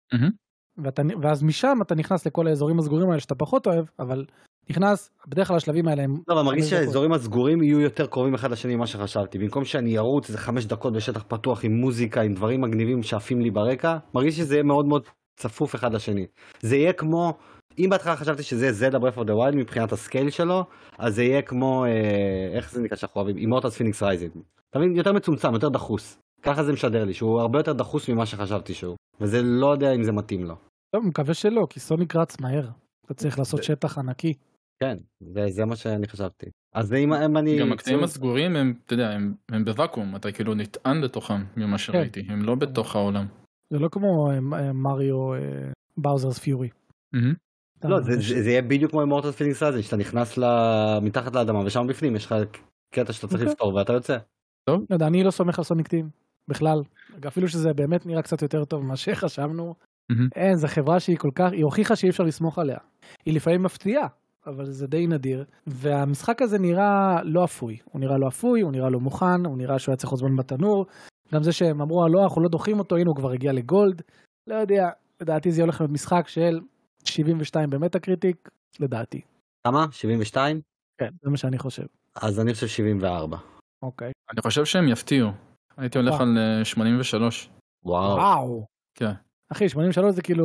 ואז משם אתה נכנס לכל האזורים הסגורים האלה שאתה פחות אוהב, אבל נכנס, בדרך כלל השלבים האלה הם... לא, אבל מרגיש שהאזורים הסגורים יהיו יותר קרובים אחד לשני ממה שחשבתי, במקום שאני ארוץ איזה 5 דקות בשטח פתוח עם מוזיקה, עם דברים מגניבים שעפים לי ברקע, מרגיש שזה יהיה מאוד מאוד צפוף אחד לשני. זה יהיה כמו, אם בהתחלה חשבתי שזה זלדה ברף אוף דה ווילד מבחינת הסקייל שלו, אז זה יהיה כמו, איך זה נקרא שאנחנו אוהבים, אימורטלס פיניקס רייזינג. אתה מבין, יותר מצומצם, יותר דחוס. ככה זה משדר לי, שהוא הרבה יותר דחוס ממה שחשבתי שהוא, וזה לא יודע אם זה מתאים לו. טוב, מקווה שלא, כי סוניק רץ מהר, אתה צריך לעשות שטח ענקי. כן, וזה מה שאני חשבתי. אז אם אני... גם הקטעים הסגורים הם, אתה יודע, הם בוואקום, אתה כאילו נטען לתוכם ממה שראיתי, הם לא בתוך העולם. זה לא כמו מריו באוזרס פיורי. לא, זה יהיה בדיוק כמו אימורטלס פיניקס רייזינג, שאתה נכנס מתחת לאדמה, ושם בפנים יש לך קטע שאתה צריך לפתור, ואתה יוצא. טוב. לא יודע, אני לא סומך על סוניק טים, בכלל. אפילו שזה באמת נראה קצת יותר טוב ממה שחשבנו. אין, זו חברה שהיא כל כך, היא הוכיחה שאי אפשר לסמוך עליה. היא לפעמים מפתיעה, אבל זה די נדיר. והמשחק הזה נראה לא אפוי. הוא נראה לא אפוי, הוא נראה לא מוכן, הוא נראה שהוא היה צריך עוד זמן בתנור. גם זה שהם אמרו, לא, אנחנו לא דוחים אותו, הנה הוא כבר הגיע לגולד. לא יודע, לדעתי זה הולך להיות משחק של 72 במטה-קריטיק, לדעתי. כמה? 72? כן, זה מה שאני חושב. אז אני חושב 74. אוקיי. אני חושב שהם יפתיעו. הייתי הולך על 83. וואו. כן. אחי, 83 זה כאילו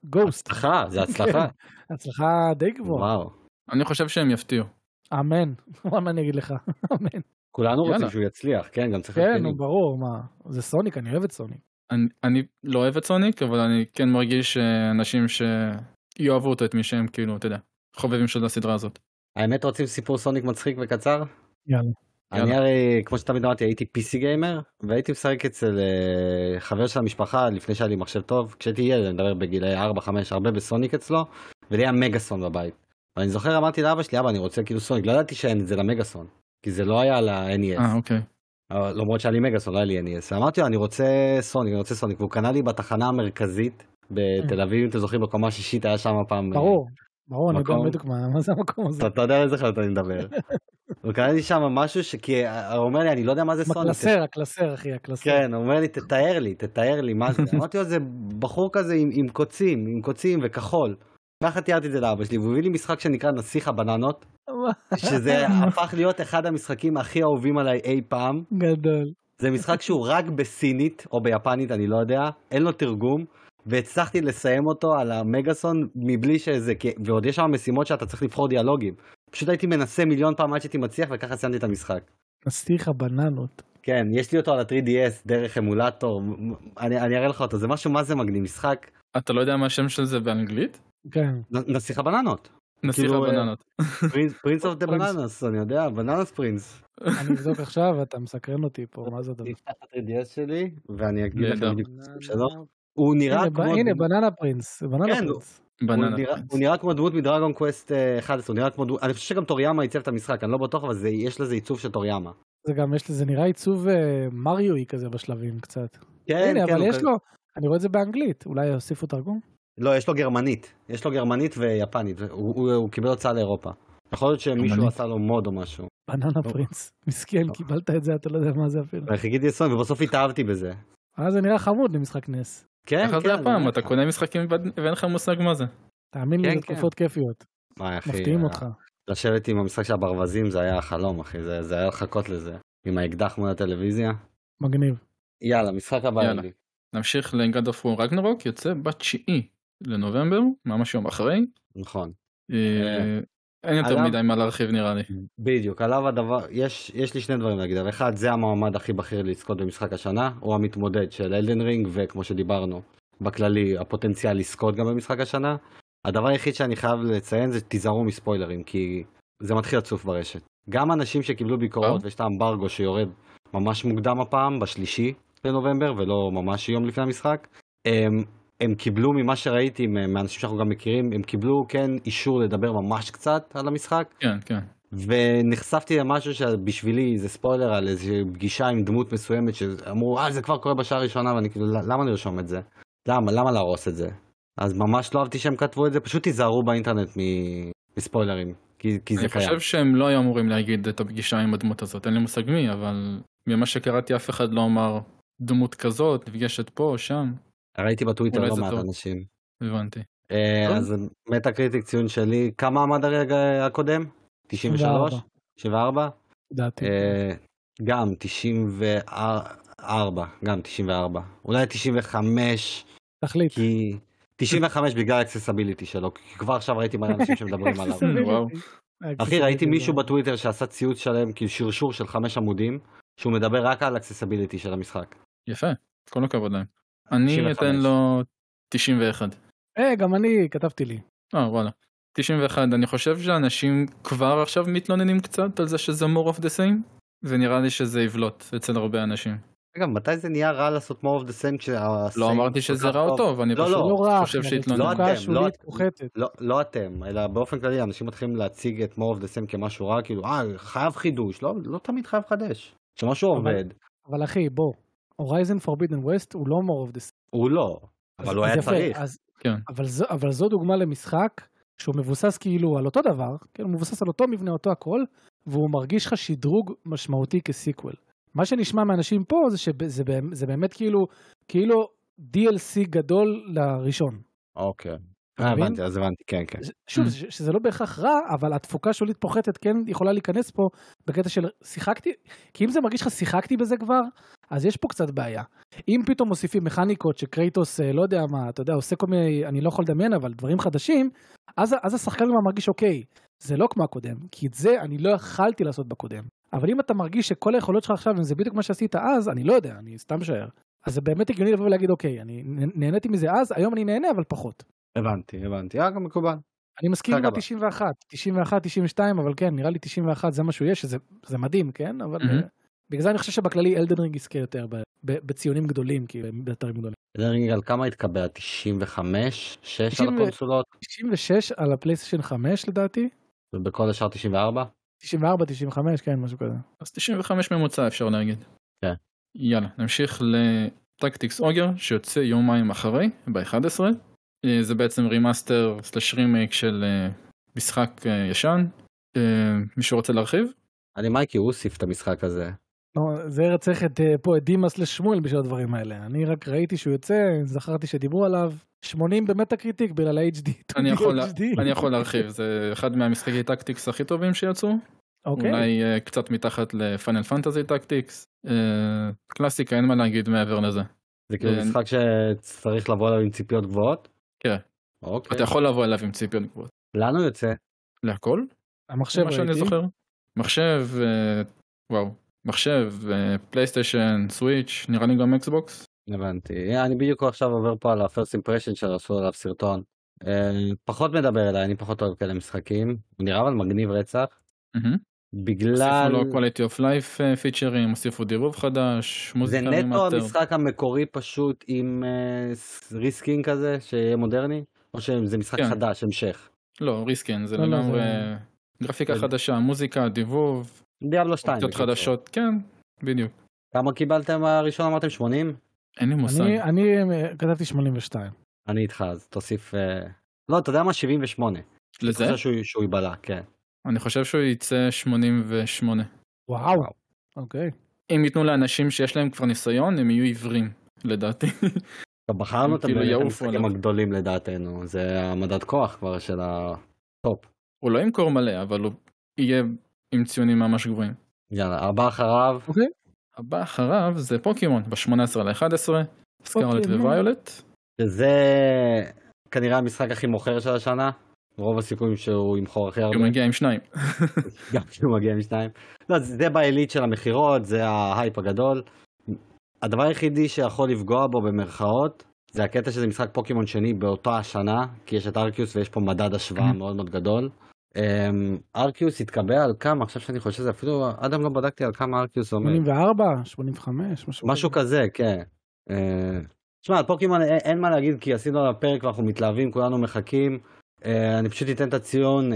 גוסט. זה הצלחה. הצלחה די גבוהה. וואו. אני חושב שהם יפתיעו. אמן. מה אני אגיד לך? אמן. כולנו רוצים שהוא יצליח, כן, גם צריך... כן, ברור, מה. זה סוניק, אני אוהב את סוניק. אני לא אוהב את סוניק, אבל אני כן מרגיש אנשים שיאהבו אותו, את מי שהם כאילו, אתה יודע, חובבים של הסדרה הזאת. האמת רוצים סיפור סוניק מצחיק וקצר? יאללה. אני הרי, כמו שתמיד אמרתי, הייתי PC גיימר, והייתי משחק אצל חבר של המשפחה לפני שהיה לי מחשב טוב, כשהייתי ילד, אני מדבר בגילי 4-5, הרבה בסוניק אצלו, ולי היה מגאסון בבית. ואני זוכר, אמרתי לאבא שלי, אבא, אני רוצה כאילו סוניק, לא ידעתי שאין את זה למגאסון, כי זה לא היה ל-NES. אוקיי. למרות שהיה לי מגאסון, לא היה לי NES. ואמרתי לו, אני רוצה סוניק, והוא קנה לי בתחנה המרכזית בתל אביב, אם אתם זוכרים, בקומה שישית היה שם פעם... ברור, אני יודע בדיוק מה זה המקום הזה. אתה יודע איזה חלטה אני מדבר. הוא קרא לי שם משהו כי הוא אומר לי, אני לא יודע מה זה סוניק. הקלסר, אחי, הקלסר. כן, הוא אומר לי, תתאר לי מה זה. אמרתי לו, זה בחור כזה עם קוצים וכחול. ככה תיארתי את זה לאבא שלי, והוא הביא לי משחק שנקרא נסיך הבננות, שזה הפך להיות אחד המשחקים הכי אהובים עליי אי פעם. גדול. זה משחק שהוא רק בסינית או ביפנית, אני לא יודע, אין לו תרגום. והצלחתי לסיים אותו על המגאסון מבלי שזה, ועוד יש שם משימות שאתה צריך לבחור דיאלוגים. פשוט הייתי מנסה מיליון פעם עד שהייתי מצליח וככה סיימתי את המשחק. נסיך הבננות. כן, יש לי אותו על ה-3DS דרך אמולטור, אני אראה לך אותו, זה משהו מה זה מגניב, משחק. אתה לא יודע מה השם של זה באנגלית? כן. נסיך הבננות. נסיך הבננות. פרינס אוף דה בננס, אני יודע, בננס פרינס. אני אבדוק עכשיו, אתה מסקרן אותי פה, מה זה הדבר? אני אפתח את ה-3DS שלי, ואני אגיד לכם בדיוק שלו. הוא נראה כמו... הנה, בננה פרינס. הוא נראה כמו דמות מדרגון קווסט 11, אני חושב שגם טוריאמה ייצב את המשחק, אני לא בטוח, אבל יש לזה עיצוב של טוריאמה. זה נראה עיצוב מריואי כזה בשלבים קצת. כן, הנה, אבל יש לו, אני רואה את זה באנגלית, אולי יוסיפו תרגום? לא, יש לו גרמנית ויפנית, הוא קיבל הוצאה לאירופה. יכול להיות שמישהו עשה לו מוד או משהו. בננה פרינס, מסכן, קיבלת את זה, אתה לא יודע מה זה אפילו. חיכיתי לסון, ובסוף התאהבתי בזה. זה נראה חמוד למשחק נס. כן, ככה זה הפעם, אתה קונה משחקים ואין לך מושג מה זה. תאמין לי, זה תקופות כיפיות. מפתיעים אותך. לשבת עם המשחק של הברווזים זה היה החלום, אחי, זה היה לחכות לזה. עם האקדח מול הטלוויזיה. מגניב. יאללה, משחק הבא. נמשיך ל-God of War Ragnarok, יוצא ב9 לנובמבר, ממש יום אחרי. נכון. אין יותר מדי מה להרחיב נראה לי. בדיוק, עליו הדבר, יש לי שני דברים להגיד, אחד זה המועמד הכי בכיר לזכות במשחק השנה, הוא המתמודד של אלדן רינג, וכמו שדיברנו בכללי הפוטנציאל לזכות גם במשחק השנה. הדבר היחיד שאני חייב לציין זה תיזהרו מספוילרים, כי זה מתחיל לצוף ברשת. גם אנשים שקיבלו ביקורות ויש את האמברגו שיורד ממש מוקדם הפעם, ב3 לנובמבר ולא ממש יום לפני המשחק, הם קיבלו ממה שראיתי מאנשים שאנחנו גם מכירים, הם קיבלו כן אישור לדבר ממש קצת על המשחק. כן, כן. ונחשפתי למשהו שבשבילי זה ספוילר על איזו פגישה עם דמות מסוימת שאמרו, זה כבר קורה בשעה הראשונה, ואני כאילו, למה נרשום את זה? למה להרוס את זה? אז ממש לא אהבתי שהם כתבו את זה, פשוט תיזהרו באינטרנט מספוילרים, כי זה קיים. אני חושב שהם לא היו אמורים להגיד את הפגישה עם הדמות הזאת, אין לי מושג מי, אבל ממה שקראתי אף אחד לא אמר דמות כזאת, נפגשת פה או שם. ראיתי בטוויטר לא מעט אנשים. הבנתי. אז מטה-קריטיק ציון שלי, כמה עמד הרגע הקודם? 93? 74? דעתי. גם 94, גם 94. אולי 95. תחליט. כי 95 בגלל האקססיביליטי שלו, כי כבר עכשיו ראיתי מלא אנשים שמדברים עליו. אחי, ראיתי מישהו בטוויטר שעשה ציוץ שלהם, כאילו שרשור של 5 עמודים, שהוא מדבר רק על האקססיביליטי של המשחק. יפה, כל הכבוד להם. אני אתן לו 91. גם אני כתבתי לי. וואלה. 91, אני חושב שאנשים כבר עכשיו מתלוננים קצת על זה שזה more of the same, ונראה לי שזה יבלוט אצל הרבה אנשים. רגע, מתי זה נהיה רע לעשות more of the same? לא אמרתי שזה רע או טוב, אני פשוט חושב שהתלוננים. לא אתם, אלא באופן כללי, אנשים מתחילים להציג את more of the same כמשהו רע, כאילו, חייב חידוש, לא תמיד חייב חדש, שמשהו עובד. אבל אחי, בוא, Horizon Forbidden West הוא לא more of the same. הוא לא, אבל הוא היה צריך. אבל זו דוגמה למשחק, שהוא מבוסס כאילו על אותו דבר, כן, הוא מבוסס על אותו מבנה, אותו הכל, והוא מרגיש לך שדרוג משמעותי כסיקוול. מה שנשמע מאנשים פה זה שזה באמת כאילו DLC גדול לראשון. אוקיי. הבנתי, כן. שוב, שזה לא בהכרח רע, אבל התפוקה שולית פוחתת כן יכולה להיכנס פה בקטע של שיחקתי, כי אם זה מרגיש לך שיחקתי בזה כבר, אז יש פה קצת בעיה. אם פתאום מוסיפים מכניקות שקרייטוס, לא יודע מה, אתה יודע, עושה כל מיני, אני לא יכול לדמיין, אבל דברים חדשים, אז השחקן כבר מרגיש אוקיי, זה לא כמו הקודם, כי את זה אני לא יכלתי לעשות בקודם. אבל אם אתה מרגיש שכל היכולות שלך עכשיו, אם זה בדיוק מה שעשית אז, אני לא יודע, אני סתם משער. אז זה באמת הגיוני לבוא ולהגיד, אוקיי, אני נהניתי מזה אז, היום אני נהנה, אבל פחות. הבנתי, גם מקובל. אני מסכים עם ה-91, 91, 92, אבל כן, נראה לי 91 זה משהו יש, זה מדהים, כן? אבל בגלל זה אני חושב שבכללי אלדן רינג יזכה יותר בציונים גדולים, כי באתרים גדולים. אלדן רינג על כמה התקבע? 95? 6 על הקונסולות? 96 על הפלייסטיישן 5 לדעתי. ובכל השאר 94? 94, 95, כן, משהו כזה. אז 95 ממוצע אפשר להגיד. כן. יאללה, נמשיך לטקטיקס אוגר, שיוצא יומיים אחרי, ב-11. זה בעצם רימאסטר סלש רימייק של משחק ישן. מישהו רוצה להרחיב? אני מייקי, הוא הוסיף את המשחק הזה. זה צריך פה את דימאס לשמואל בשביל הדברים האלה. אני רק ראיתי שהוא יוצא, זכרתי שדיברו עליו. 80 במטה קריטיק בגלל ה-HD. אני יכול להרחיב, זה אחד מהמשחקי טקטיקס הכי טובים שיצאו. אולי קצת מתחת לפיינל פנטזי טקטיקס. קלאסיקה, אין מה להגיד מעבר לזה. זה כאילו משחק שצריך לבוא אליו עם ציפיות גבוהות? כן. אתה יכול לבוא אליו עם ציפיות גבוהות. לאן הוא יוצא? להכל? המחשב מה שאני זוכר. מחשב, וואו. מחשב, פלייסטיישן, סוויץ', נראה לי גם אקסבוקס. הבנתי. אני בדיוק עכשיו עובר פה על ה-first impression שעשו עליו סרטון. פחות מדבר אליי, אני פחות אוהב כאלה משחקים. הוא נראה אבל מגניב רצח. בגלל... הוסיפו לו quality of life פיצ'רים, הוסיפו דירוב חדש, מוזיקה רמאסטר. זה נטו המשחק המקורי פשוט עם ריסקין כזה, שיהיה מודרני? או שזה משחק חדש, המשך? לא, ריסקין, זה לגמרי גרפיקה חדשה, מוזיקה, דיבוב. דיאבלו 2. קצת חדשות, כן, בדיוק. כמה קיבלתם הראשון? אמרתם 80? אין לי מושג. אני כתבתי 82. אני איתך, אז תוסיף... לא, אתה יודע מה? 78. לזה? אני חושב שהוא ייבלע, כן. אני חושב שהוא יצא 88. וואו. אוקיי. אם ייתנו לאנשים שיש להם כבר ניסיון, הם יהיו עיוורים, לדעתי. בחרנו את המשחקים הגדולים לדעתנו. זה המדד כוח כבר של הטופ. הוא לא ימכור מלא, אבל הוא יהיה עם ציונים ממש גבוהים. יאללה, הבא אחריו. אוקיי. הבא אחריו זה פוקימון, ב-18/11, סקארלט וויולט. שזה כנראה המשחק הכי מוכר של השנה. רוב הסיכויים שהוא ימכור הכי הרבה. הוא מגיע עם 2. גם שהוא מגיע עם 2. לא, זה בעילית של המחירות, זה ההייפ הגדול. הדבר היחידי שיכול לפגוע בו במרכאות, זה הקטע שזה משחק פוקימון שני באותה השנה, כי יש את ארקיוס ויש פה מדד השוואה מאוד מאוד גדול. ארקיוס התקבע על כמה, עכשיו שאני חושב שזה אפילו, אדם לא בדקתי על כמה ארקיוס עומד. 84, 85, משהו כזה, כן. תשמע, על פוקימון אין מה להגיד, כי עשינו על הפרק ואנחנו מתלהבים, כולנו מחכים. אני פשוט אתן את הציון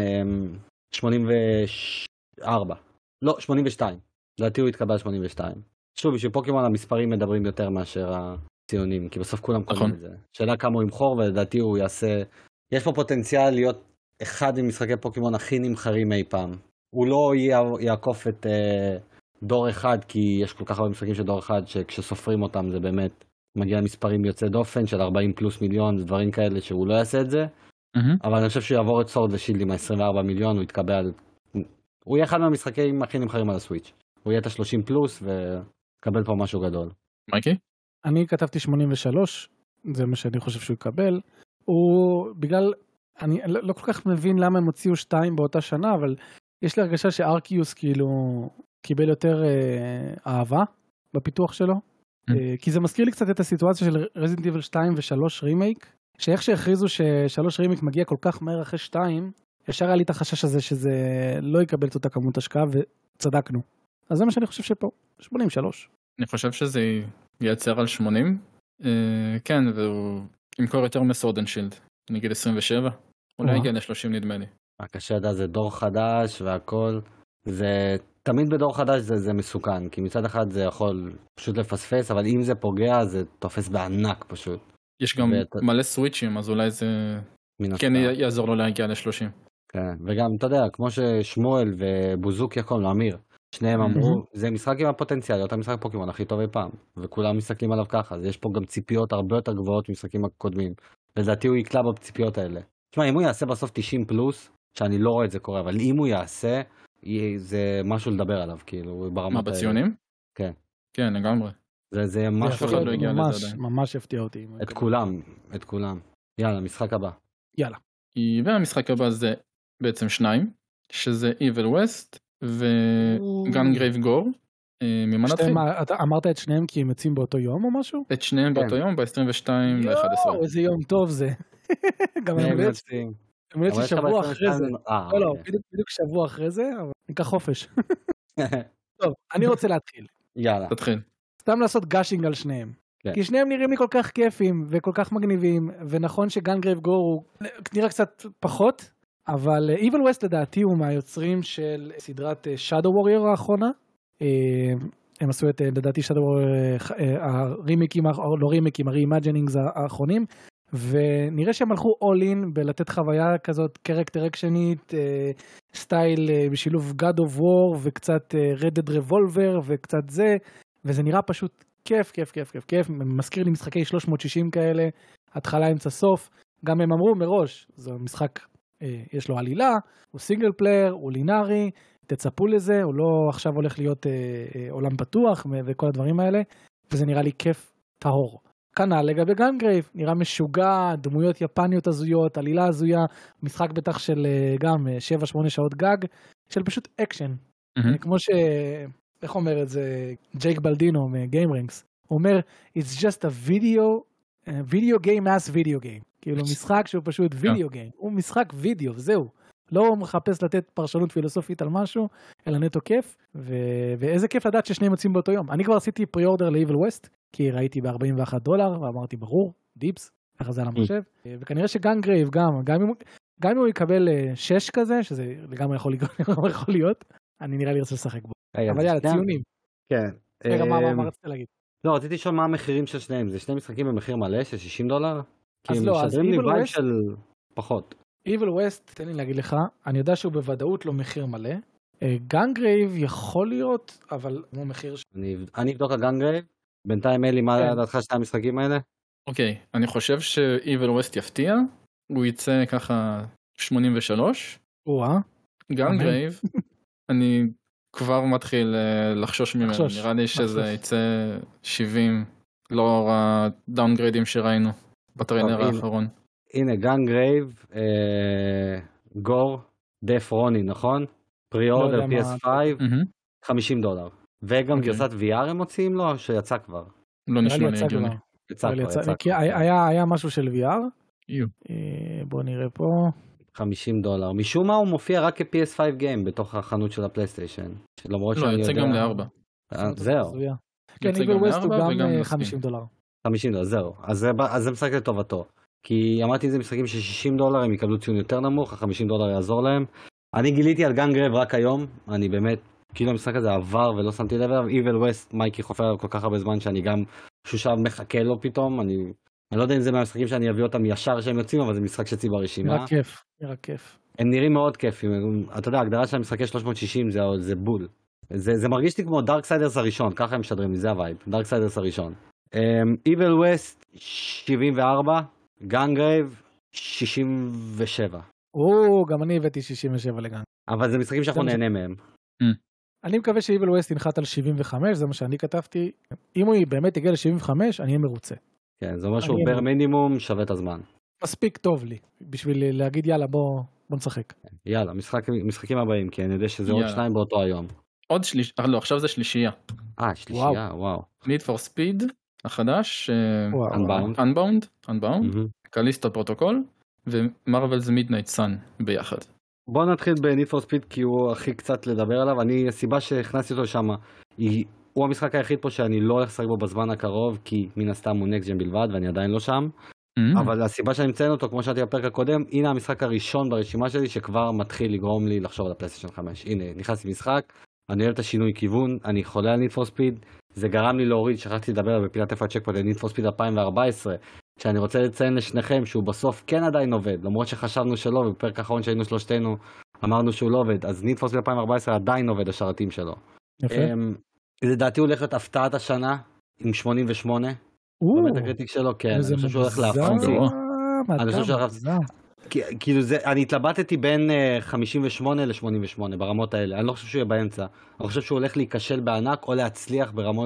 84. לא, 82. לדעתי הוא התקבל 82. שוב, בשביל פוקימון המספרים מדברים יותר מאשר הציונים, כי בסוף כולם קוראים את זה. שאלה כמה הוא ימכור, ולדעתי הוא יעשה... יש פה פוטנציאל להיות אחד ממשחקי פוקימון הכי נמכרים אי פעם. הוא לא יעקוף את דור אחד, כי יש כל כך הרבה משחקים של דור אחד, שכשסופרים אותם זה באמת מגיע למספרים יוצא דופן של 40 פלוס מיליון, דברים כאלה שהוא לא יעשה את זה. אבל אני חושב שהוא יעבור את סורד ושילד עם ה-24 מיליון, הוא יתקבל... הוא יהיה אחד מהמשחקים הכי נמכרים על הסוויץ'. הוא יהיה את ה-30 פלוס וקבל פה משהו גדול. מייקי? אני כתבתי 83, זה מה שאני חושב שהוא יקבל. הוא בגלל... אני לא כל כך מבין למה הם הוציאו 2 באותה שנה, אבל יש לי הרגשה שארקיוס כאילו קיבל יותר אהבה בפיתוח שלו. כי זה מזכיר לי קצת את הסיטואציה של רזידנט איבל 2 ו3 רימייק. שאיך שהכריזו ש3 רימיק מגיע כל כך מהר אחרי 2, ישר היה לי את החשש הזה שזה לא יקבל את אותה כמות השקעה, וצדקנו. אז זה מה שאני חושב שפה, 83. אני חושב שזה ייצר על 80. כן, והוא ימכור יותר מסורד אנד שילד, נגיד 27. אולי יגיע ל-30 נדמה לי. הקשה ידע זה דור חדש והכל. זה תמיד בדור חדש זה מסוכן, כי מצד אחד זה יכול פשוט לפספס, אבל אם זה פוגע זה תופס בענק פשוט. יש גם מלא סוויצ'ים, אז אולי זה כן יעזור לו להגיע ל-30. כן, וגם, אתה יודע, כמו ששמואל ובוזוק יקום, לאמיר, שניהם אמרו, זה משחק עם הפוטנציאל, להיות המשחק פוקימון הכי טוב אי פעם, וכולם מסתכלים עליו ככה, אז יש פה גם ציפיות הרבה יותר גבוהות ממשחקים הקודמים, לדעתי הוא יקלע בציפיות האלה. תשמע, אם הוא יעשה בסוף 90 פלוס, שאני לא רואה את זה קורה, אבל אם הוא יעשה, זה משהו לדבר עליו, כאילו, ברמת... מה, בציונים? כן. כן, לגמרי. זה משהו לא הגיע לזה עדיין. ממש הפתיע אותי. את כולם. יאללה, משחק הבא. יאללה. והמשחק הבא זה בעצם 2, שזה Evil West ו-Gungrave Gore. ממה נתחיל? אתה אמרת את שניהם כי הם יוצאים באותו יום או משהו? את שניהם באותו יום, ב-22 ל-11. יואו, איזה יום טוב זה. גם הם יוצאים שבוע אחרי זה. לא, בדיוק שבוע אחרי זה, אבל ניקח חופש. טוב, אני רוצה להתחיל. יאללה. תתחיל. סתם לעשות גאשינג על שניהם. כי שניהם נראים לי כל כך כיפים וכל כך מגניבים, ונכון שגנגרייב גור הוא נראה קצת פחות, אבל Evil West לדעתי הוא מהיוצרים של סדרת Shadow Warrior האחרונה. הם עשו את לדעתי Shadow Warrior הרימיקים, לא רימיקים, הרי-אימג'נינגס האחרונים, ונראה שהם הלכו all in בלתת חוויה כזאת קרקטר אקשנית, סטייל בשילוב God of War וקצת Red Dead Revolver וקצת זה, וזה נראה פשוט כיף, כיף, כיף, כיף, כיף, מזכיר לי משחקי 360 כאלה, התחלה אמצע סוף, גם הם אמרו מראש, זה משחק, יש לו עלילה, הוא סינגל פלייר, הוא לינארי, תצפו לזה, הוא לא עכשיו הולך להיות עולם פתוח וכל הדברים האלה, וזה נראה לי כיף טהור. כנ"ל לגבי גנגרייב, נראה משוגע, דמויות יפניות הזויות, עלילה הזויה, משחק בטח של גם 7-8 שעות גג, של פשוט אקשן. כמו ש... איך אומר את זה ג'ייק בלדינו מגיימרינקס? הוא אומר, it's just a video game as video game. כאילו משחק שהוא פשוט video game. הוא משחק וידאו, זהו. לא מחפש לתת פרשנות פילוסופית על משהו, אלא נטו כיף, ואיזה כיף לדעת ששניהם יוצאים באותו יום. אני כבר עשיתי פרי-אורדר ל-Evil West, כי ראיתי ב$41, ואמרתי ברור, דיפס, ככה זה על המחשב, וכנראה שגנגרייב גם אם הוא יקבל 6 כזה, שזה לגמרי יכול להיות, אני נראה לי רוצה לשחק בו. אבל יאללה, ציונים. כן. רגע, מה רצית להגיד? לא, רציתי לשאול מה המחירים של שניהם, זה שני משחקים במחיר מלא של $60? אז לא, אז Evil West של פחות. Evil West, תן לי להגיד לך, אני יודע שהוא בוודאות לא מחיר מלא. גנגרייב יכול להיות, אבל הוא מחיר... אני אבדוק על גנגרייב, בינתיים אלי, מה דעתך שתי המשחקים האלה? אוקיי, אני חושב ש-Evil West יפתיע, הוא יצא ככה 83. גנגרייב, אני כבר מתחיל לחשוש ממנו, נראה לי שזה יצא 70, לאור הדאונגריידים שראינו בטריינר האחרון. הנה, גנגרייב, גור, דף רוני, נכון? פרי-אורדר PS5, $50. וגם גרסת VR הם מוציאים לו, שיצא כבר? לא נשמע לי הגיוני. יצא כבר. כי היה משהו של VR. בוא נראה פה. $50. משום מה הוא מופיע רק כ-PS5 גיים בתוך החנות של הפלייסטיישן. לא, יוצא גם ל4. זהו. כן, Evil West הוא גם $50. $50, זהו. אז זה משחק לטובתו. כי אמרתי זה משחקים של $60, הם יקבלו ציון יותר נמוך, $50 יעזור להם. אני גיליתי על גנגרייב רק היום, אני באמת, כאילו המשחק הזה עבר ולא שמתי לב אליו, Evil West, מייקי חופר עליו כל כך הרבה זמן שאני גם שושב מחכה לו פתאום, אני לא יודע אם זה מהמשחקים שאני אביא אותם ישר שהם יוצאים, אבל זה משחק שצי ברשימה. נראה כיף. הם נראים מאוד כיפים, אתה יודע, ההגדרה של המשחקי 360 זה בול. זה מרגיש לי כמו דארקסיידרס הראשון, ככה הם משדרים לי, זה הווייב, דארקסיידרס הראשון. Evil West 74, גנגרייב 67. גם אני הבאתי 67 לגנגרייב. אבל זה משחקים שאנחנו נהנה מהם. אני מקווה ש-Evil West ינחת על 75, זה מה שאני כתבתי. אם הוא באמת יגיע ל-75, אני אהיה מרוצה. כן, זה אומר שהוא בר מינימום שווה את הזמן. מספיק טוב לי, בשביל להגיד יאללה בוא נשחק. יאללה, משחקים הבאים, כי אני יודע שזה עוד 2 באותו היום. עוד לא, עכשיו זה שלישייה. שלישייה, וואו. Need for Speed החדש, Unbound, קליסטו פרוטוקול, ומרוול's Midnight Sun ביחד. בוא נתחיל ב-Need for Speed כי הוא הכי קצת לדבר עליו. הסיבה שהכנסתי אותו שם, הוא המשחק היחיד פה שאני לא הולך לשחק בו בזמן הקרוב, כי מן הסתם הוא נקסט ג'ן בלבד ואני עדיין לא שם. אבל הסיבה שאני מציין אותו, כמו שאתי בפרק הקודם, הנה המשחק הראשון ברשימה שלי שכבר מתחיל לגרום לי לחשוב על הפלייסטיישן 5. הנה, נכנסתי משחק, אני אוהב את השינוי כיוון, אני חולה על Need for Speed, זה גרם לי להוריד, שכחתי לדבר בפינת איפה הצ'קפוינט על Need for Speed 2014, שאני רוצה לציין לשניכם שהוא בסוף כן עדיין עובד, למרות שחשבנו שלא, ובפרק האחרון שהיינו שלושתנו אמרנו שהוא לא עובד, אז Need for Speed 2014 עדיין עובד השרתים שלו. יפה. לדעתי הוא הולך להיות הפתעת השנה עם 88. באמת הקריטיק שלו, כן, אני חושב שהוא הולך להפתיע. אני חושב שהוא כאילו זה, אני התלבטתי בין 58 ל-88 ברמות האלה, אני לא חושב שהוא יהיה באמצע, אני חושב שהוא הולך להיכשל בענק או להצליח ברמות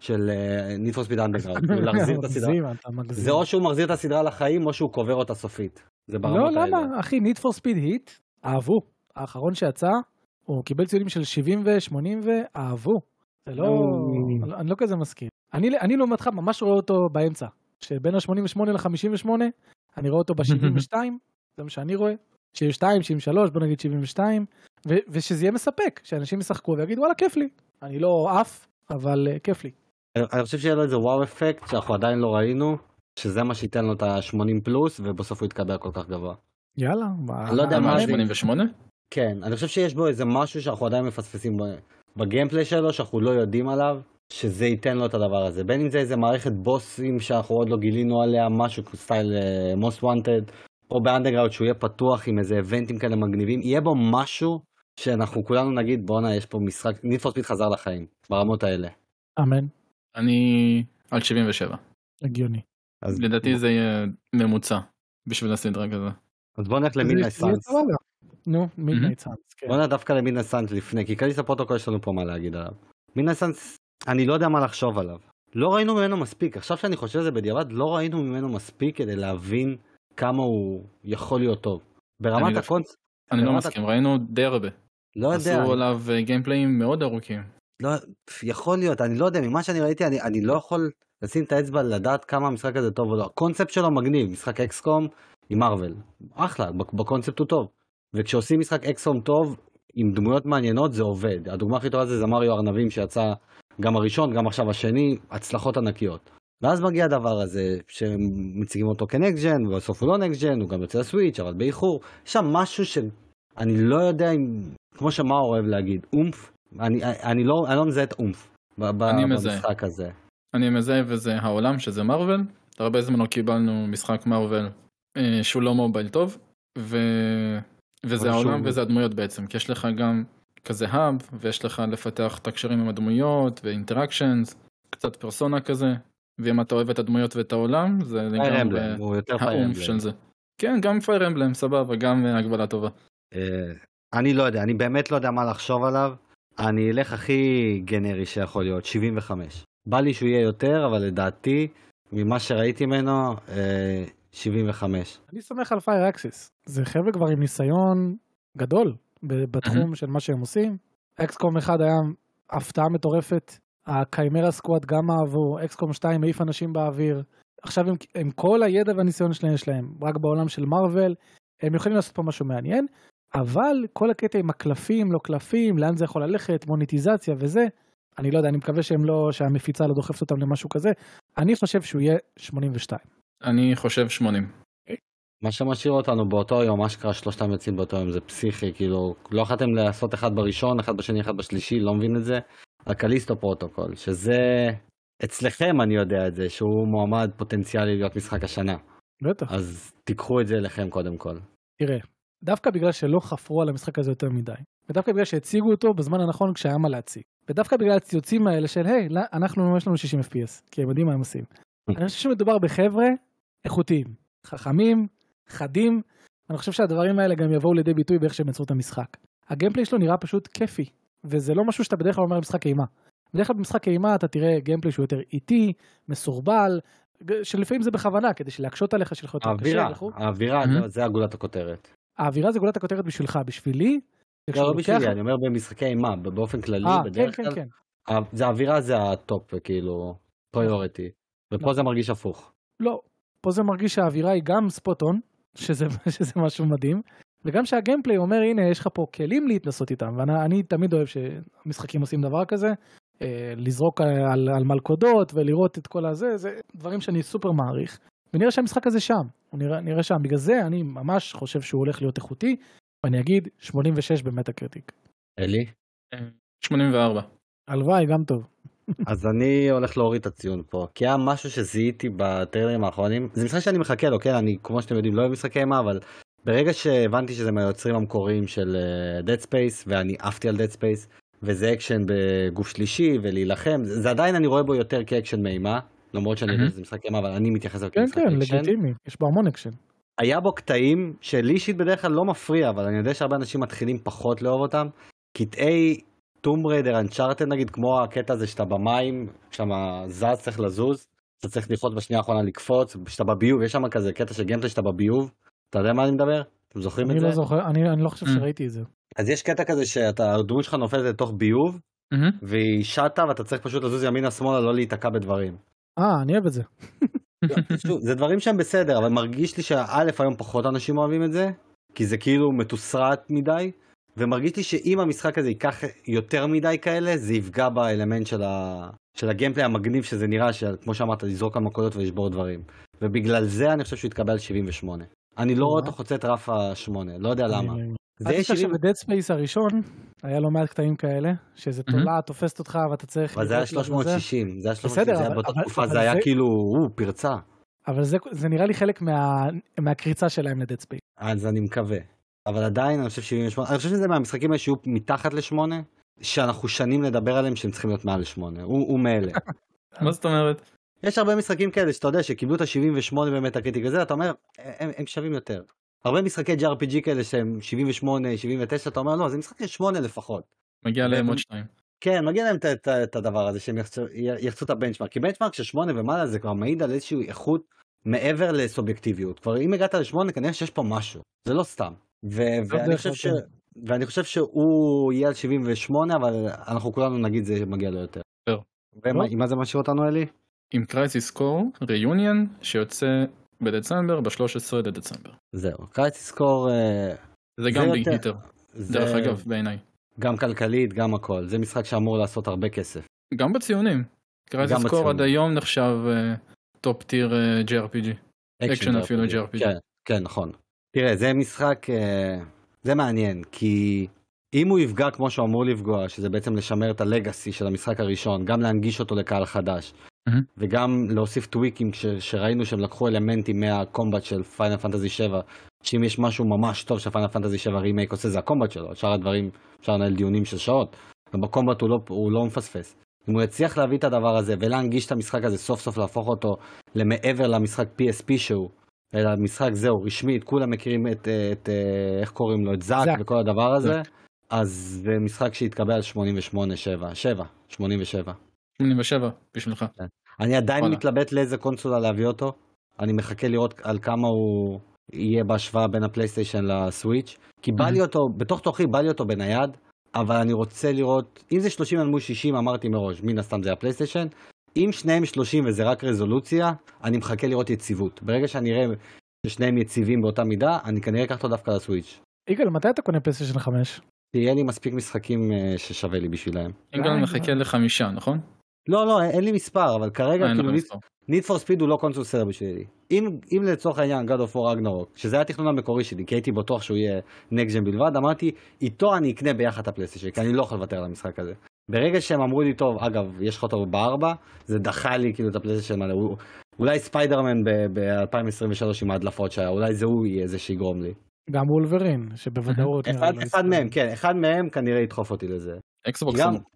של Need for Speed Underground, להחזיר את הסדרה. זה או שהוא מחזיר את הסדרה לחיים, או שהוא קובר אותה סופית. זה ברמות האלה. לא, למה? אחי, Need for Speed Heat, אהבו. האחרון שיצא, הוא קיבל ציונים של 70 ו-80 ואהבו. זה לא, אני לא כזה מסכים. אני לעומתך ממש רואה אותו באמצע. שבין ה-88 ל-58, אני רואה אותו ב-72, זה מה שאני רואה. 72, 73, בוא נגיד 72, ושזה יהיה מספק, שאנשים ישחקו ויגיד, וואלה, כיף לי. אני לא אף, אבל כיף לי. אני חושב שיהיה לו איזה וואו אפקט, שאנחנו עדיין לא ראינו, שזה מה שייתן לו את ה-80 פלוס, ובסוף הוא יתקבע כל כך גבוה. יאללה. אני לא יודע מה 88? כן, אני חושב שיש בו איזה משהו שאנחנו עדיין מפספסים בגיימפלי שלו, שאנחנו לא יודעים עליו, שזה ייתן לו את הדבר הזה. בין אם זה איזה מערכת בוסים שאנחנו עוד לא גילינו עליה, משהו סטייל Most Wanted, או באנדרגראונד שהוא יהיה פתוח עם איזה איבנטים כאלה מגניבים, יהיה בו משהו שאנחנו כולנו נגיד, בואנה, יש פה משחק, Need for Speed חזר לחיים, ברמות האלה. אמן. אני על 77. הגיוני. לדעתי זה יהיה ממוצע בשביל הסדרה כזה. אז בוא נלך למידנייט סאנס. נו, מידנייט סאנס. בוא נלך דווקא למידנייט סאנס לפני, כי קליסט הפרוטוקול יש לנו פה מה להגיד עליו. מידנייט סאנס, אני לא יודע מה לחשוב עליו. לא ראינו ממנו מספיק, עכשיו שאני חושב על זה בדיעבד, לא ראינו ממנו מספיק כדי להבין כמה הוא יכול להיות טוב. ברמת הקונספט. אני לא מסכים, ראינו די הרבה. לא יודע. עשו עליו גיימפליים מאוד ארוכים. לא, יכול להיות, אני לא יודע, ממה שאני ראיתי, אני לא יכול לשים את האצבע לדעת כמה המשחק הזה טוב או לא. הקונספט שלו מגניב, משחק אקסקום עם מרוול. אחלה, בקונספט הוא טוב. וכשעושים משחק אקסקום טוב, עם דמויות מעניינות, זה עובד. הדוגמה הכי טובה זה מריו ארנבים שיצא גם הראשון, גם עכשיו השני, הצלחות ענקיות. ואז מגיע הדבר הזה, שמציגים אותו כנקסט ג'ן, ובסוף הוא לא נקסט ג'ן, הוא גם יוצא לסוויץ', אבל באיחור. יש שם משהו שאני לא יודע אם, כמו שמאור אוהב להגיד, אומף, אני לא מזהה את אומף במשחק הזה. אני מזהה וזה העולם שזה מרוול. הרבה זמן לא קיבלנו משחק מרוול שהוא לא מובייל טוב, וזה העולם וזה הדמויות בעצם, כי יש לך גם כזה האב, ויש לך לפתח את הקשרים עם הדמויות ואינטראקשנס, קצת פרסונה כזה, ואם אתה אוהב את הדמויות ואת העולם, זה גם האומף של זה. כן, גם פייר אמבלם, סבבה, גם הגבלה טובה. אני לא יודע, אני באמת לא יודע מה לחשוב עליו. אני אלך הכי גנרי שיכול להיות, 75. בא לי שהוא יהיה יותר, אבל לדעתי, ממה שראיתי ממנו, 75. אני סומך על פייר אקסיס. זה חבר'ה כבר עם ניסיון גדול בתחום של מה שהם עושים. אקסקום 1 היה הפתעה מטורפת. הקיימרה סקואד גם אהבו, אקסקום 2 העיף אנשים באוויר. עכשיו עם כל הידע והניסיון שלהם יש להם, רק בעולם של מרוול, הם יכולים לעשות פה משהו מעניין, אבל כל הקטע עם הקלפים, לא קלפים, לאן זה יכול ללכת, מוניטיזציה וזה, אני לא יודע, אני מקווה שהמפיצה לא דוחפת אותם למשהו כזה, אני חושב שהוא יהיה 82. אני חושב 80. מה שמשאיר אותנו באותו יום, מה שקרה שלושתם יוצאים באותו יום, זה פסיכי, כאילו, לא יכלתם לעשות אחד בראשון, אחד בשני, אחד בשלישי, לא מבין את זה, הקליסטו פרוטוקול, שזה, אצלכם אני יודע את זה, שהוא מועמד פוטנציאלי להיות משחק השנה. בטח. אז תיקחו את זה אליכם קודם כל. תראה, דווקא בגלל שלא חפרו על המשחק הזה יותר מדי, ודווקא בגלל שהציגו אותו בזמן הנכון כשהיה מה להציג, ודווקא בגלל הציוצים האלה של, היי, אנחנו יש לנו 60 FPS, כי הם יודעים מה הם עושים. אני חושב שמדובר בחבר'ה איכותיים, חכמים, חדים, אני חושב שהדברים האלה גם יבואו לידי ביטוי באיך שהם יצרו את המשחק. הגיימפליי שלו נראה פשוט כיפי, וזה לא משהו שאתה בדרך כלל אומר במשחק אימה. בדרך כלל במשחק אימה אתה תראה גיימפליי שהוא יותר איטי, מסורבל, שלפעמים זה בכוונה, כדי להקשות עליך שלך יותר קשה. האווירה, זה גולת הכותרת. האווירה זה גולת הכותרת בשבילך, בשבילי. לא בשבילי, אני אומר במשחקי אימה, באופן כללי, בדרך כלל. זה האווירה, זה הטופ, כאילו, פריוריטי. ופה זה מרגיש הפוך. לא, פה זה מרגיש שהאווירה היא גם ספוטון, שזה משהו מדהים, וגם שהגיימפליי אומר, הנה, יש לך פה כלים להתנסות איתם, ואני תמיד אוהב שהמשחקים עושים דבר כזה, לזרוק על מלכודות ולראות את כל הזה, זה דברים שאני סופר מעריך, ונראה שהמשחק הזה שם, הוא נראה שם, בגלל זה אני ממש חושב שהוא הולך להיות איכותי, ואני אגיד 86 במטה-קריטיק. אלי? 84. הלוואי, גם טוב. אז אני הולך להוריד את הציון פה, כי היה משהו שזיהיתי בטריילרים האחרונים, זה משחק שאני מחכה לו, כן, אני כמו שאתם יודעים לא אוהב משחקי אימה, אבל ברגע שהבנתי שזה מהיוצרים המקוריים של Dead Space, ואני עפתי על Dead Space, וזה אקשן בגוף שלישי ולהילחם, זה עדיין אני רואה בו יותר כאקשן מאימה, למרות שאני יודע שזה משחק אימה, אבל אני מתייחס אליו כמשחק אקשן. כן, לגיטימי, יש בו המון אקשן. היה בו קטעים שלי אישית בדרך כלל לא מפריע, אבל אני יודע שהרבה אנשים מתחילים פחות לאהוב אותם, קטעי טום ריידר, אנצ'ארטד נגיד, כמו הקטע הזה שאתה במים, כשאתה זז צריך לזוז, אתה צריך ללחוץ בשנייה האחרונה לקפוץ, כשאתה בביוב, יש שם כזה קטע של גיימפליי שאתה בביוב, אתה יודע מה אני מדבר? אתם זוכרים את זה? אני לא זוכר, אני לא חושב שראיתי את זה. אז יש קטע כזה שהדמות שלך נופלת לתוך ביוב, והיא שטה ואתה צריך פשוט לזוז ימינה שמאלה, לא להיתקע בדברים. אני אוהב את זה. זה דברים שהם בסדר, אבל מרגיש לי שא' היום פחות אנשים אוהבים את זה, כי זה כאילו מתוסרט מדי, ומרגיש לי שאם המשחק הזה ייקח יותר מדי כאלה, זה יפגע באלמנט של הגיימפליי המגניב, שזה נראה כמו שאמרת, לזרוק על מקודות ולשבור דברים. ובגלל זה אני חושב שהוא יתקבל 78. אני לא רואה אותו חוצה את רף ה-8, לא יודע למה. אני חושב שבדד ספייס הראשון, היה לא מעט קטעים כאלה, שזה תולה, תופסת אותך ואתה צריך... אבל זה היה 360, זה היה 360, זה היה באותה תקופה, זה היה כאילו, פרצה. אבל זה נראה לי חלק מהקריצה שלהם לדד ספייס. אז אני מקווה. אבל עדיין אני חושב 78, אני חושב שזה מהמשחקים האלה שיהיו מתחת ל8, שאנחנו שנים לדבר עליהם שהם צריכים להיות מעל ל8, הוא מאלה. מה זאת אומרת? יש הרבה משחקים כאלה שאתה יודע שקיבלו את ה-78 באמת הקריטיק הזה, אתה אומר, הם שווים יותר. הרבה משחקי JRPG כאלה שהם 78, 79, אתה אומר, לא, זה משחק של 8 לפחות. מגיע להם עוד 2. כן, מגיע להם את הדבר הזה, שהם יחצו את הבנצ'מרק. כי בנצ'מרק של 8 ומעלה זה כבר מעיד על איזושהי איכות מעבר לסובייקטיביות. כבר אם הגעת ל8, כנראה שיש פה משהו. זה לא סתם. ואני חושב שהוא יהיה על 78, אבל אנחנו כולנו נגיד זה מגיע לו יותר. ומה זה משאיר אותנו, אלי? עם קרייסיס קור, ריוניון, שיוצא בדצמבר, ב-13 לדצמבר. זהו, קרייסיס קור... זה גם ביג היטר, דרך אגב, בעיניי. גם כלכלית, גם הכל. זה משחק שאמור לעשות הרבה כסף. גם בציונים. קרייסיס קור עד היום נחשב טופ טיר JRPG. אקשן אפילו JRPG. כן, נכון. תראה, זה משחק, זה מעניין, כי אם הוא יפגע כמו שהוא אמור לפגוע, שזה בעצם לשמר את הלגאסי של המשחק הראשון, גם להנגיש אותו לקהל חדש, וגם להוסיף טוויקים שראינו שהם לקחו אלמנטים מהקומבט של פיינל פנטזי 7, שאם יש משהו ממש טוב שפיינל פנטזי 7 רימייק עושה זה הקומבט שלו, שאר הדברים אפשר לנהל דיונים של שעות, ובקומבט הוא לא מפספס. אם הוא יצליח להביא את הדבר הזה ולהנגיש את המשחק הזה, סוף סוף להפוך אותו למעבר למשחק PSP שהוא, אלא המשחק זהו, רשמית, כולם מכירים את איך קוראים לו, את זאק וכל הדבר הזה, אז זה משחק שהתקבל על 87 בשבילך. אני עדיין מתלבט לאיזה קונסולה להביא אותו, אני מחכה לראות על כמה הוא יהיה בהשוואה בין הפלייסטיישן לסוויץ', כי בא לי אותו, בתוך תוכי בא לי אותו בנייד, אבל אני רוצה לראות, אם זה 30 על מול 60 אמרתי מראש, מן הסתם זה הפלייסטיישן, אם שניהם 30 וזה רק רזולוציה, אני מחכה לראות יציבות. ברגע שאני אראה ששניהם יציבים באותה מידה, אני כנראה אקח אותו דווקא לסוויץ'. יגאל, מתי אתה קונה פלייסטיישן 5? תהיה לי מספיק משחקים ששווה לי בשבילהם. יגאל מחכה ל5, נכון? לא, אין לי מספר, אבל כרגע כאילו Need for Speed הוא לא קונסול סדר בשבילי. אם לצורך העניין God of War Ragnarok, שזה היה התכנון המקורי שלי, כי הייתי בטוח שהוא יהיה Next Gen בלבד, אמרתי, איתו אני אקנה ביחד את הפלייסטיישן, כי אני לא יכול לוותר על המשחק הזה. ברגע שהם אמרו לי, טוב, אגב, יש לך אותו ב4, זה דחה לי כאילו את הפלייסטיישן מלא. אולי ספיידרמן ב-2023 עם ההדלפות שהיה, אולי זה הוא יהיה זה שיגרום לי. גם וולברין, שבוודאות אחד מהם, כן, אחד מהם כנראה ידחוף אותי לזה. אקסבוקס.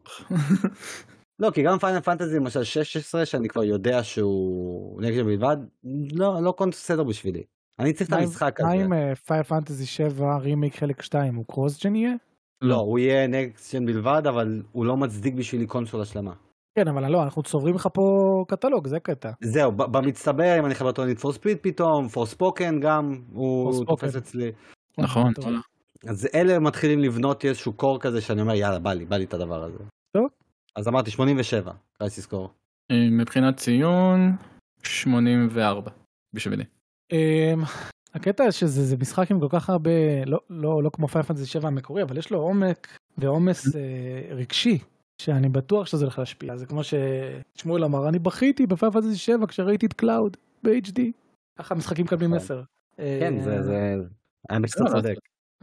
לא, כי גם פיינל פנטזי למשל 16 שאני כבר יודע שהוא נקשן בלבד, לא קונסול סדר בשבילי. אני צריך את המשחק הזה. מה עם פיינל פנטזי 7 רימייק חלק 2, הוא קרוס ג'ן יהיה? לא, הוא יהיה נקשן בלבד, אבל הוא לא מצדיק בשבילי קונסולה שלמה. כן, אבל לא, אנחנו צוברים לך פה קטלוג, זה קטע. זהו, במצטבר, אם אני חבר אותו Need for Speed פתאום, Forspoken גם, הוא תופס אצלי. נכון. אז אלה מתחילים לבנות איזשהו קור כזה שאני אומר, יאללה, בא לי את הדבר הזה. טוב. אז אמרתי 87, קרייסיס קור. מבחינת ציון, 84 בשבילי. הקטע שזה משחק עם כל כך הרבה, לא כמו פיינל פנטזי 7 המקורי, אבל יש לו עומק ועומס רגשי, שאני בטוח שזה הולך להשפיע. זה כמו ששמואל אמר, אני בכיתי בפיינל פנטזי 7 כשראיתי את קלאוד ב-HD. ככה משחקים קבלים מסר. כן, זה האמת שאתה צודק.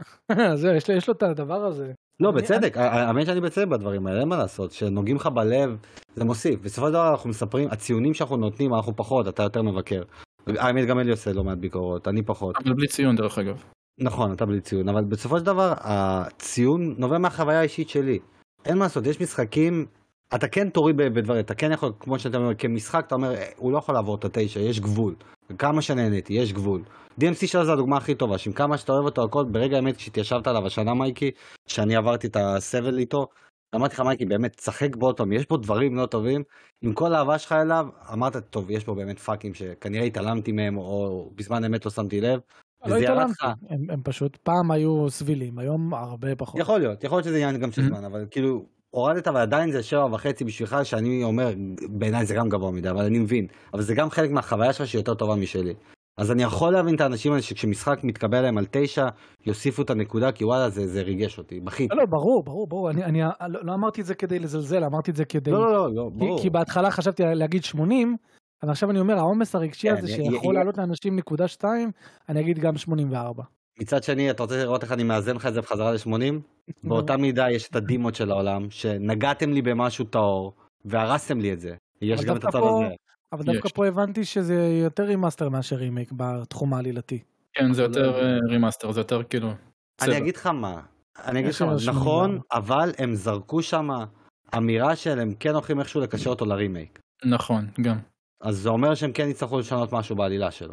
יש לו את הדבר הזה. לא, בצדק, האמת שאני בצדק בדברים האלה, אין מה לעשות, שנוגעים לך בלב, זה מוסיף. בסופו של דבר אנחנו מספרים, הציונים שאנחנו נותנים, אנחנו פחות, אתה יותר מבקר. האמת גם אלי עושה לא מעט ביקורות, אני פחות. אבל בלי ציון דרך אגב. נכון, אתה בלי ציון, אבל בסופו של דבר, הציון נובע מהחוויה האישית שלי. אין מה לעשות, יש משחקים, אתה כן תוריד בדברים, אתה כן יכול, כמו שאתה אומר, כמשחק, אתה אומר, הוא לא יכול לעבור את 9, יש גבול. כמה שנהניתי, יש גבול. DMC 3 זה הדוגמה הכי טובה, שעם כמה שאתה אוהב אותו הכל, ברגע האמת כשהתיישבת עליו השנה מייקי, שאני עברתי את הסבל איתו, אמרתי לך מייקי, באמת, צחק בו טוב, יש בו דברים לא טובים, עם כל האהבה שלך אליו, אמרת, טוב, יש בו באמת פאקים שכנראה התעלמתי מהם, או בזמן אמת לא שמתי לב, לא התעלמתי, הם פשוט פעם היו סבילים, היום הרבה פחות. יכול להיות שזה עניין גם של זמן, אבל כאילו, הורדת, אבל עדיין זה 7.5 בשבילך, שאני אומר, בעיניי זה גם גבוה מדי, אבל אני מבין, אבל זה גם חלק מהחוויה שלך שהיא יותר טובה משלי. אז אני יכול להבין את האנשים האלה שכשמשחק מתקבל להם על 9, יוסיפו את הנקודה, כי וואלה, זה ריגש אותי, בכיתי. לא, ברור, אני לא אמרתי את זה כדי לזלזל, אמרתי את זה כדי... לא, ברור. כי בהתחלה חשבתי להגיד 80, אבל עכשיו אני אומר, העומס הרגשי הזה שיכול לעלות לאנשים נקודה 2, אני אגיד גם 84. מצד שני, אתה רוצה לראות איך אני מאזן לך את זה בחזרה ל-80? באותה מידה יש את הדימות של העולם, שנגעתם לי במשהו טהור, והרסתם לי את זה. יש גם את הצד הזה. אבל דווקא פה הבנתי שזה יותר רימאסטר מאשר רימייק בתחום העלילתי. כן, זה יותר רימאסטר, זה יותר כאילו... אני אגיד לך מה, נכון, אבל הם זרקו שם אמירה שהם כן הולכים איכשהו לקשר אותו לרימייק. נכון, גם. אז זה אומר שהם כן יצטרכו לשנות משהו בעלילה שלו.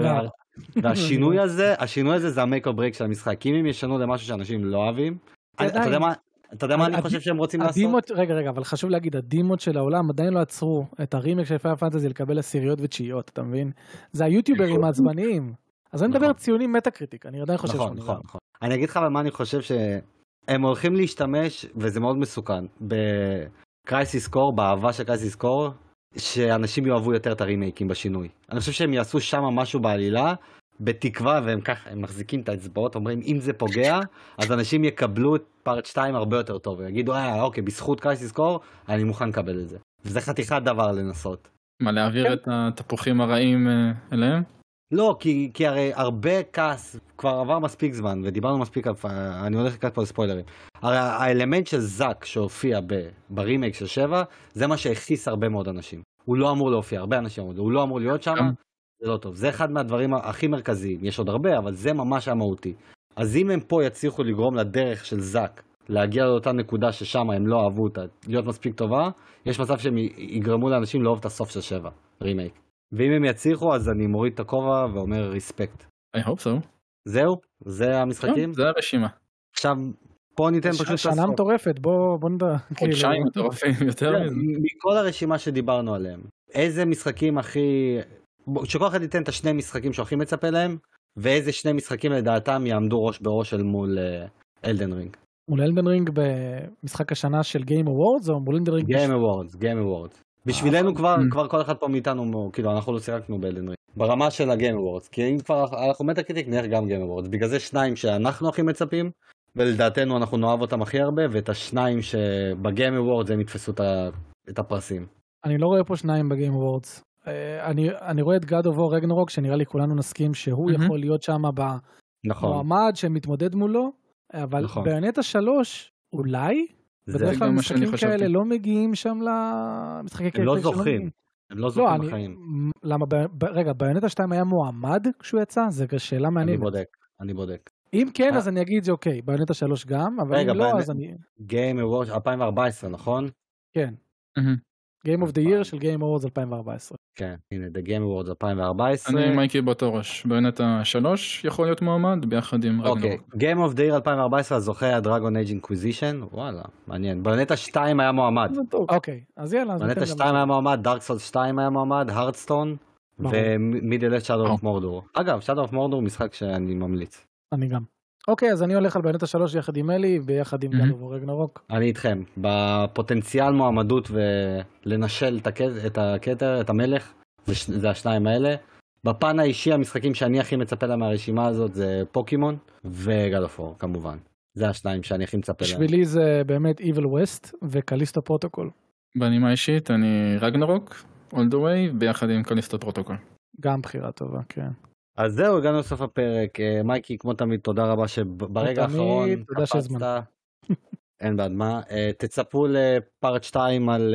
והשינוי הזה זה המייק או ברייק של המשחק. אם הם ישנו למשהו שאנשים לא אוהבים, אתה יודע מה אני חושב שהם רוצים לעשות? רגע, אבל חשוב להגיד, הדימות של העולם עדיין לא עצרו את הרימייק של פיינל פנטזי לקבל עשיריות ותשיעיות, אתה מבין? זה היוטיוברים העצבניים. אז אני מדבר ציונים מטה-קריטיק, אני עדיין חושב נכון. אני אגיד לך מה אני חושב שהם הולכים להשתמש, וזה מאוד מסוכן, בקרייסיס קור, באהבה של קרייסיס קור, שאנשים יאהבו יותר את הרימייקים בשינוי. אני חושב שהם יעשו שם משהו בעלילה, בתקווה, והם ככה, הם מחזיקים את האצבעות, אומרים, אם זה פוגע, אז אנשים יקבלו את פארט 2 הרבה יותר טוב, ויגידו, אוקיי, בזכות קרייסיס קור, אני מוכן לקבל את זה. וזה חתיכת דבר לנסות. מה, להעביר את התפוחים הרעים אליהם? לא, כי הרי הרבה כעס כבר עבר מספיק זמן, ודיברנו מספיק, אני הולך לקראת פה לספוילרים. הרי האלמנט של זאק שהופיע ברימייק של 7, זה מה שהכיס הרבה מאוד אנשים. הוא לא אמור להופיע, הרבה אנשים אמרו, הוא לא אמור להיות שם, זה לא טוב. זה אחד מהדברים הכי מרכזיים, יש עוד הרבה, אבל זה ממש המהותי. אז אם הם פה יצליחו לגרום לדרך של זאק, להגיע לאותה נקודה ששם הם לא אהבו אותה, להיות מספיק טובה, יש מצב שהם יגרמו לאנשים לאהוב את הסוף של 7, רימייק. ואם הם יצליחו, אז אני מוריד את הכובע ואומר ריספקט. I hope so. זהו? זה המשחקים? זה הרשימה. עכשיו, פה ניתן פשוט... שנה מטורפת, בוא נדע. חודשיים מטורפים, יותר מזה. מכל הרשימה שדיברנו עליהם, איזה משחקים הכי... שכל אחד ייתן את השני משחקים שהכי מצפה להם, ואיזה שני משחקים לדעתם יעמדו ראש בראש אל מול אלדן רינג. מול אלדן רינג במשחק השנה של Game Awards או מול אלדן רינג? Game Awards. בשבילנו כבר כל אחד פה מאיתנו, כאילו אנחנו לא שיחקנו באלדן רינג. ברמה של ה-Game Awards, כי אם כבר אנחנו מטה-קריטיק נלך גם Game Awards. בגלל זה שניים שאנחנו הכי מצפים, ולדעתנו אנחנו נאהב אותם הכי הרבה, ואת השניים שבגיים Awards הם יתפסו את הפרסים. אני לא רואה פה שניים בגיים Awards. אני רואה את God of War Ragnarok, שנראה לי כולנו נסכים שהוא יכול להיות שם במועמד שמתמודד מולו, אבל ביונטה 3, אולי, בדרך כלל משחקים כאלה לא מגיעים שם למשחקי הם לא זוכים. הם לא זוכים בחיים. למה, רגע, ביונטה 2 היה מועמד כשהוא יצא? זו שאלה מעניינת. אני בודק. אם כן, אז אני אגיד זה אוקיי, ביונטה 3 גם, אבל אם לא, אז אני... Game Awards 2014, נכון? כן. Game of the Year של Game Awards 2014. כן, הנה, The Game Awards 2014. אני מייקי באותו ראש. ביונטה 3 יכול להיות מועמד ביחד עם רגנרוק. אוקיי, Game of the Year 2014, הזוכה היה Dragon Age Inquisition, וואלה, מעניין. ביונטה 2 היה מועמד. אוקיי, אז יאללה. ביונטה 2 היה מועמד, Dark Souls 2 היה מועמד, Hearthstone, ו-Middle Earth Shadow of Mordor. אגב, Shadow of Mordor הוא משחק שאני ממליץ. אני גם. אוקיי, אז אני הולך על ביונטה 3 יחד עם אלי ויחד עם God of War Ragnarok. אני איתכם. בפוטנציאל מועמדות ולנשל את הכתר, את המלך, זה השניים האלה. בפן האישי, המשחקים שאני הכי מצפה לה מהרשימה הזאת זה פוקימון ו-God of War, כמובן. זה השניים שאני הכי מצפה לה. בשבילי זה באמת Evil West וקליסטו פרוטוקול. בנימה אישית, אני רגנרוק, All the way, ביחד עם קליסטו פרוטוקול. גם בחירה טובה, כן. אז זהו, הגענו לסוף הפרק. מייקי, כמו תמיד, תודה רבה שברגע האחרון קפצת. אין בעד מה. תצפו לפארט 2 על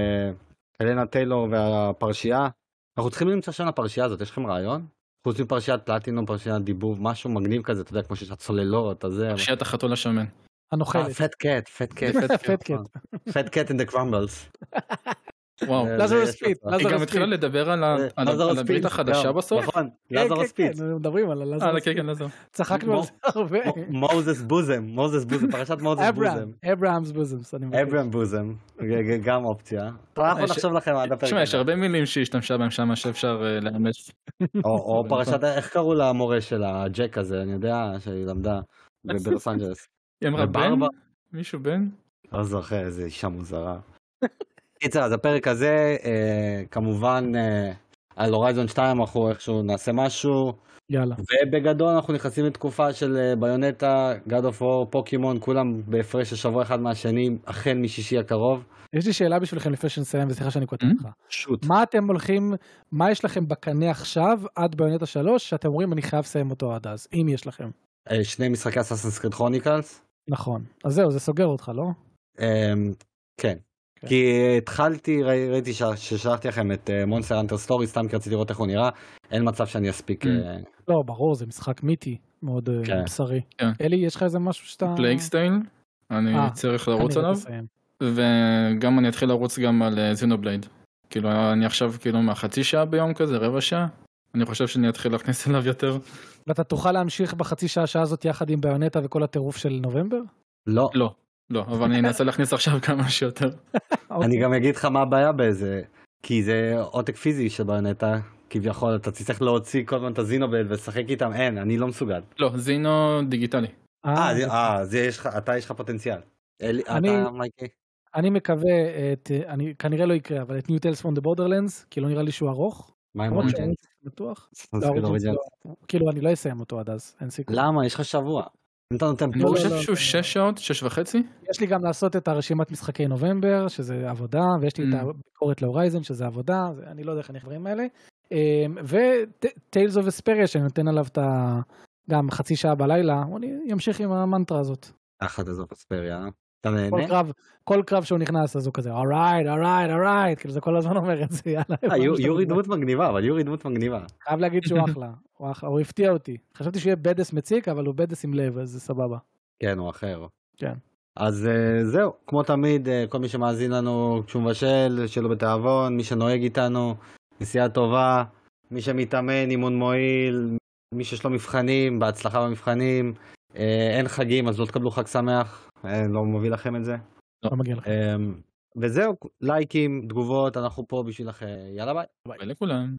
אלנה טיילור והפרשייה. אנחנו צריכים למצוא שם לפרשייה הזאת, יש לכם רעיון? חוץ מפרשיית פלטינום, פרשיית דיבוב, משהו מגניב כזה, אתה יודע, כמו שיש הצוללות, פרשיית החתול השמן. הנוכלת. פט קט in the crumbles. וואו. לזרוס פיט. היא גם התחילה לדבר על הברית החדשה בסוף? נכון, לזרוס פיט. מדברים על לזרוס פיט. כן, לזרוס. צחקנו על זה הרבה. מוזס בוזם, פרשת מוזס בוזם. אברהמס בוזם. אברהם בוזם, גם אופציה. אנחנו נחשוב לכם עד הפרק. תשמע, יש הרבה מילים שהשתמשה בהם שם שאפשר לאמץ. או פרשת, איך קראו למורה של הג'ק הזה, אני יודע שהיא למדה בלוס אנג'לס. היא אמרה בן? מישהו בן? לא זוכר, איזה אישה מוזרה. קיצר, אז הפרק הזה, כמובן, על הורייזון 2 אנחנו איכשהו נעשה משהו. יאללה. ובגדול אנחנו נכנסים לתקופה של ביונטה, God of War, פוקימון, כולם בהפרש של שבוע אחד מהשני, החל משישי הקרוב. יש לי שאלה בשבילכם לפני שנסיים, וסליחה שאני כותב לך. שוט. מה אתם הולכים, מה יש לכם בקנה עכשיו, עד ביונטה 3, שאתם אומרים אני חייב לסיים אותו עד אז, אם יש לכם? 2 משחקי Assassin's Creed Chronicles. נכון. אז זהו, זה סוגר אותך, לא? כן. כי התחלתי, ראיתי ששלחתי לכם את מונסטר הנטר סטורי, סתם כי רציתי לראות איך הוא נראה, אין מצב שאני אספיק. לא, ברור, זה משחק מיתי, מאוד בשרי. אלי, יש לך איזה משהו שאתה... פלייג סטייל, אני צריך לרוץ עליו, וגם אני אתחיל לרוץ גם על זינובלייד. כאילו, אני עכשיו כאילו מהחצי שעה ביום כזה, רבע שעה, אני חושב שאני אתחיל להכניס אליו יותר. ואתה תוכל להמשיך בחצי שעה הזאת יחד עם ביונטה וכל הטירוף של נובמבר? לא. לא, אבל אני אנסה להכניס עכשיו כמה שיותר. אני גם אגיד לך מה הבעיה באיזה, כי זה עותק פיזי של ביונטה, כביכול, אתה צריך להוציא כל הזמן את הזינובלייד ולשחק איתם, אין, אני לא מסוגל. לא, זינו דיגיטלי. אתה יש לך פוטנציאל. אני מקווה, כנראה לא יקרה, אבל את New Tales from the Borderlands, כי לא נראה לי שהוא ארוך. מה עם אוריג'ינס? כאילו אני לא אסיים אותו עד אז, אין סיכוי. למה? יש לך שבוע. אני חושב שהוא 6 שעות, 6.5. יש לי גם לעשות את הרשימת משחקי נובמבר, שזה עבודה, ויש לי את הביקורת להורייזן, שזה עבודה, אני לא יודע איך אני חברים האלה. ו-Tales of Vesperia, שאני נותן עליו גם חצי שעה בלילה, אני אמשיך עם המנטרה הזאת. אחת הזאת Vesperia, כל קרב שהוא נכנס, אז הוא כזה, alright, כאילו זה כל הזמן אומר את זה, יאללה. יורי דמות מגניבה, חייב להגיד שהוא אחלה, הוא הפתיע אותי. חשבתי שהוא יהיה בדס מציק, אבל הוא בדס עם לב, אז זה סבבה. כן, הוא אחר. כן. אז זהו, כמו תמיד, כל מי שמאזין לנו, כשהוא מבשל, שלו בתאבון, מי שנוהג איתנו, נסיעה טובה, מי שמתאמן, אימון מועיל, מי שיש לו מבחנים, בהצלחה במבחנים, אין חגים, אז לא תקבלו חג שמח, לא מביא לכם את זה. לא מגיע לכם. וזהו, לייקים, תגובות, אנחנו פה בשבילכם, יאללה ביי. ביי לכולם.